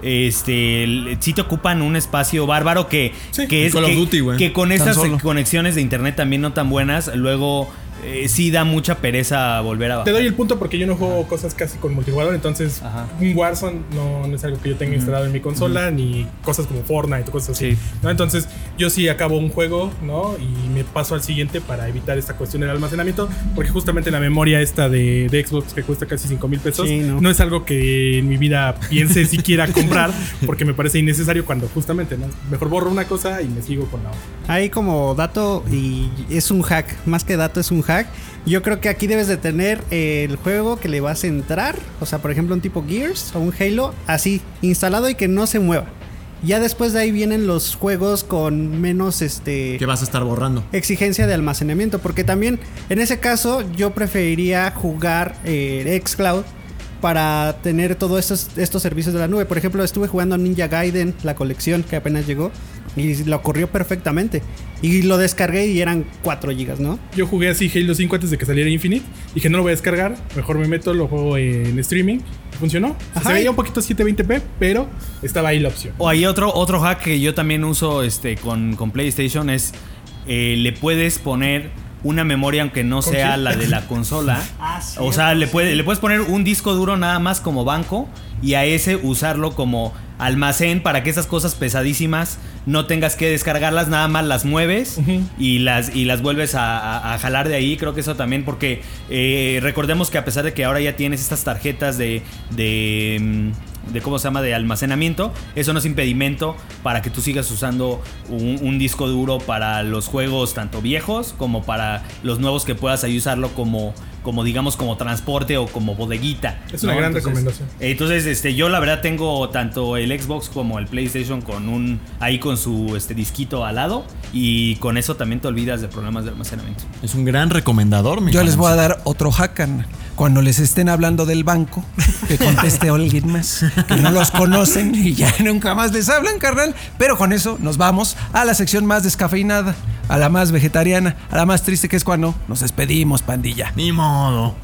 este l- sí te ocupan un espacio bárbaro que, Sí, que es Call of que, Duty, güey. que con Tan estas solo. conexiones de internet también no tan buenas, luego eh, sí da mucha pereza volver a Te bajar. doy el punto porque yo no juego cosas casi con multijugador, entonces Ajá. un Warzone no, no es algo que yo tenga instalado en mi consola, ni cosas como Fortnite o cosas así. Sí. ¿no? Entonces yo sí acabo un juego, ¿no? Y me paso al siguiente para evitar esta cuestión del almacenamiento, porque justamente la memoria esta de, de Xbox que cuesta casi cinco mil pesos, Sí, no. no. es algo que en mi vida piense siquiera comprar, porque me parece innecesario cuando justamente, ¿no? Mejor borro una cosa y me sigo con la otra. Ahí como dato, y es un hack, más que dato es un hack. Yo creo que aquí debes de tener eh, el juego que le vas a entrar, o sea, por ejemplo un tipo Gears o un Halo, así, instalado y que no se mueva. Ya después de ahí vienen los juegos con menos este ¿Qué vas a estar borrando? exigencia de almacenamiento, porque también en ese caso yo preferiría jugar eh, xCloud para tener todos estos, estos servicios de la nube. Por ejemplo, estuve jugando Ninja Gaiden, la colección que apenas llegó, y lo corrió perfectamente. Y lo descargué y eran cuatro gigas, ¿no? Yo jugué así Halo cinco antes de que saliera Infinite. Dije, no lo voy a descargar. Mejor me meto, lo juego en streaming. Funcionó. Ajá. Se veía un poquito siete veinte p, pero estaba ahí la opción. O hay otro, otro hack que yo también uso este, con, con PlayStation es eh, le puedes poner una memoria aunque no ¿Con sea quién? la de la consola. O sea, le, puede, le puedes poner un disco duro nada más como banco y a ese usarlo como almacén para que esas cosas pesadísimas no tengas que descargarlas, nada más las mueves Ujú. y las y las vuelves a, a- a jalar de ahí. Creo que eso también porque eh, recordemos que a pesar de que ahora ya tienes estas tarjetas de, de, mm, de ¿cómo se llama? De almacenamiento, eso no es impedimento para que tú sigas usando un, un disco duro para los juegos tanto viejos como para los nuevos que puedas ahí usarlo como, como digamos como transporte o como bodeguita. Es una ¿no? gran Entonces, recomendación. Entonces, este, yo la verdad tengo tanto el Xbox como el PlayStation con un ahí con su este disquito al lado y con eso también te olvidas de problemas de almacenamiento. Es un gran recomendador, mi Yo les voy a Juan. dar otro hack. Cuando les estén hablando del banco, que conteste alguien más, que no los conocen y ya nunca más les hablan, carnal. Pero con eso nos vamos a la sección más descafeinada, a la más vegetariana, a la más triste, que es cuando nos despedimos, pandilla. Ni modo.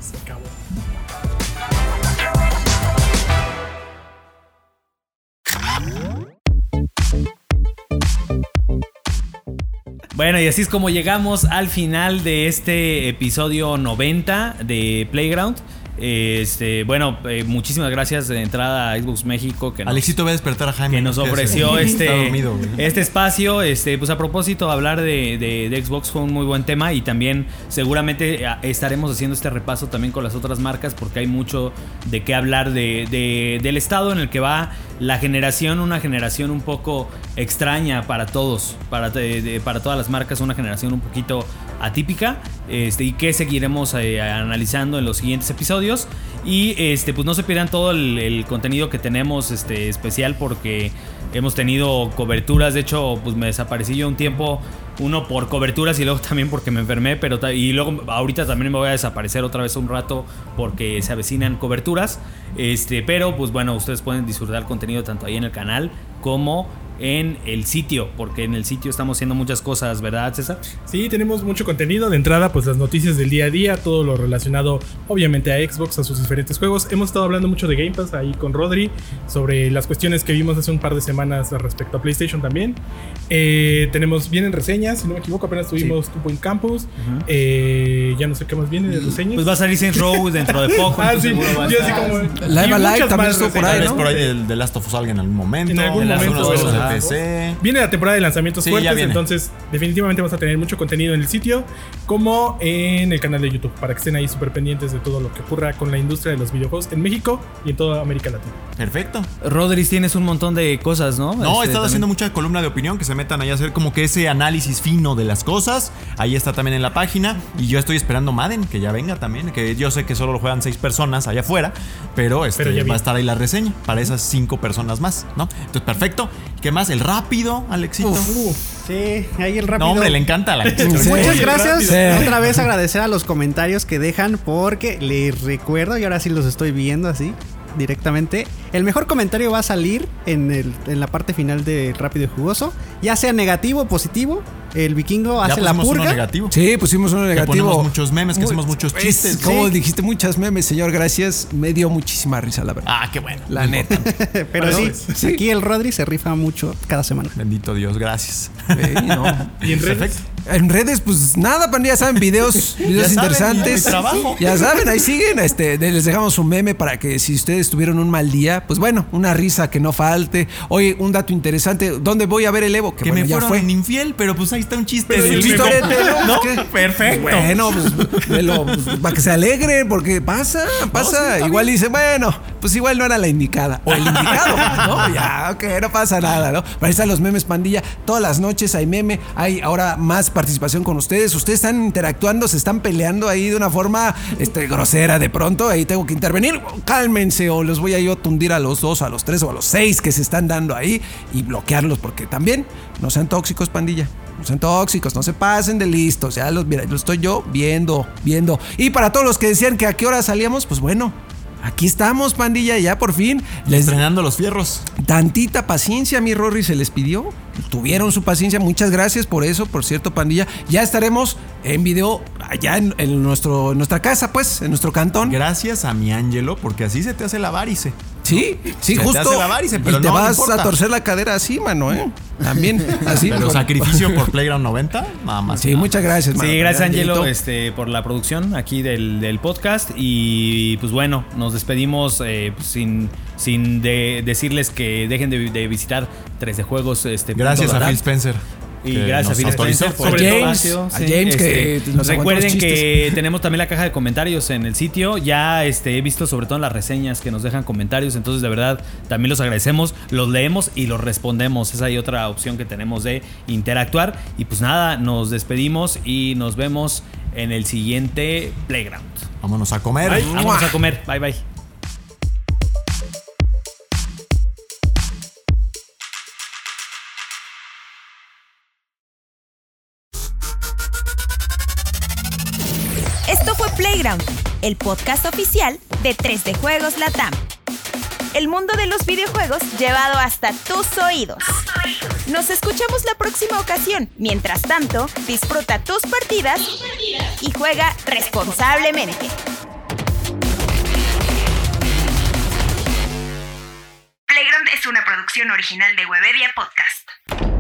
Bueno, y así es como llegamos al final de este episodio noventa de Playground. Este, bueno, eh, muchísimas gracias de entrada a Xbox México que nos, Alexito va a despertar a Jaime. que nos ¿no? ofreció Está este, dormido, güey. este espacio. Este, pues a propósito, hablar de, de- de Xbox fue un muy buen tema y también seguramente eh, estaremos haciendo este repaso también con las otras marcas porque hay mucho de qué hablar de, de- del estado en el que va la generación, una generación un poco extraña para todos, para, de- de- para todas las marcas, una generación un poquito atípica, este, y que seguiremos eh, analizando en los siguientes episodios. Y este, pues no se pierdan todo el, el contenido que tenemos este, especial porque hemos tenido coberturas. De hecho, pues me desaparecí yo un tiempo, uno por coberturas y luego también porque me enfermé, pero ta- y luego ahorita también me voy a desaparecer otra vez un rato porque se avecinan coberturas. Este, pero pues bueno, ustedes pueden disfrutar el contenido tanto ahí en el canal como en el sitio, porque en el sitio estamos haciendo muchas cosas, ¿verdad, César? Sí, tenemos mucho contenido. De entrada, pues las noticias del día a día, todo lo relacionado obviamente a Xbox, a sus diferentes juegos. Hemos estado hablando mucho de Game Pass ahí con Rodri, sobre las cuestiones que vimos hace un par de semanas respecto a PlayStation también. Eh, tenemos, vienen reseñas. reseñas, si no me equivoco, apenas tuvimos sí. Two Point Campus. Uh-huh. eh, ya no sé qué más viene de reseñas. Pues va a salir Saints Row dentro de poco. Ah, sí, yo así como... Live Alive también estuvo por ahí, ¿no? Por ahí el The Last of Us salga en algún momento. En algún momento. De P C. Viene la temporada de lanzamientos sí, fuertes, entonces definitivamente vamos a tener mucho contenido en el sitio como en el canal de YouTube para que estén ahí súper pendientes de todo lo que ocurra con la industria de los videojuegos en México y en toda América Latina. Perfecto. Rodríguez, tienes un montón de cosas, ¿no? No, he este, estado haciendo mucha columna de opinión, que se metan ahí a hacer como que ese análisis fino de las cosas. Ahí está también en la página. Y yo estoy esperando Madden, que ya venga también, que yo sé que solo lo juegan seis personas allá afuera, pero, este, pero va a estar ahí la reseña para esas cinco personas más, ¿no? Entonces, perfecto. ¿Qué más? El rápido, Alexito. Uf, uf. Sí, ahí el rápido. No, hombre, le encanta a la sí. Muchas gracias. Sí. Otra vez agradecer a los comentarios que dejan, porque les recuerdo, y ahora sí los estoy viendo así directamente, el mejor comentario va a salir en, el, en la parte final de Rápido y Jugoso, ya sea negativo o positivo. El vikingo hace la purga. Uno negativo. Sí, pusimos uno negativo. Que ponemos muchos memes, que Muy, hacemos muchos chistes. Es, como sí. dijiste, muchos memes, señor, gracias. Me dio muchísima risa, la verdad. Ah, qué bueno. La neta. Pero bueno, sí, sí, aquí el Rodri se rifa mucho cada semana. Bendito Dios, gracias. Sí, no. ¿Y en redes? Perfecto. En redes, pues nada, pandilla, saben, videos, videos ya interesantes. Saben, ya, ya saben, ahí siguen. Este, les dejamos un meme para que si ustedes tuvieron un mal día, pues bueno, una risa que no falte. Oye, un dato interesante, ¿dónde voy a ver el Evo? Que, que bueno, me fueron ya fue en infiel, pero pues ahí está un chiste. Pero del chistorete, ¿no? ¿No? Perfecto. Bueno, pues, lo, pues, para que se alegren, porque pasa, pasa. No, sí, igual dice, bueno, pues igual no era la indicada. O el indicado, ¿no? Ya, ok, no pasa nada, ¿no? Para ahí están los memes, pandilla. Todas las noches hay meme, hay ahora más participación con ustedes. Ustedes están interactuando, se están peleando ahí de una forma este, grosera de pronto. Ahí tengo que intervenir. Cálmense o los voy a yo tundir a los dos, a los tres o a los seis que se están dando ahí y bloquearlos, porque también no sean tóxicos, pandilla. No sean tóxicos, no se pasen de listos. Ya los, mira, lo estoy yo viendo, viendo. Y para todos los que decían que a qué hora salíamos, pues bueno, aquí estamos, pandilla, ya por fin. Les estrenando los fierros. Tantita paciencia, mi Rory se les pidió. Tuvieron su paciencia, muchas gracias por eso, por cierto, pandilla. Ya estaremos en video allá en, en nuestro, en nuestra casa, pues, en nuestro cantón. Gracias a mi Ángelo, porque así se te hace la varice. Sí, sí, se justo. Te hace la varice, pero y te no vas importa. a torcer la cadera así, mano, ¿eh? También, así. Pero sacrificio por Playground noventa, nada más. Sí, nada. muchas gracias, mano. Sí, gracias, Ángelo, este, por la producción aquí del, del podcast. Y pues bueno, nos despedimos eh, pues, sin, sin de decirles que dejen de, de visitar tres D Juegos. Este, gracias a Phil Spencer. Y gracias a Phil Spencer por a el James, espacio. a James este, que nos recuerden que tenemos también la caja de comentarios en el sitio. Ya este, he visto sobre todo en las reseñas que nos dejan comentarios. Entonces de verdad también los agradecemos. Los leemos y los respondemos. Esa hay otra opción que tenemos de interactuar. Y pues nada, nos despedimos y nos vemos en el siguiente Playground. Vámonos a comer. Bye. Vámonos a comer. Bye bye. Esto fue Playground, el podcast oficial de tres D Juegos Latam. El mundo de los videojuegos llevado hasta tus oídos. Nos escuchamos la próxima ocasión. Mientras tanto, disfruta tus partidas y juega responsablemente. Playground es una producción original de Webedia Podcast.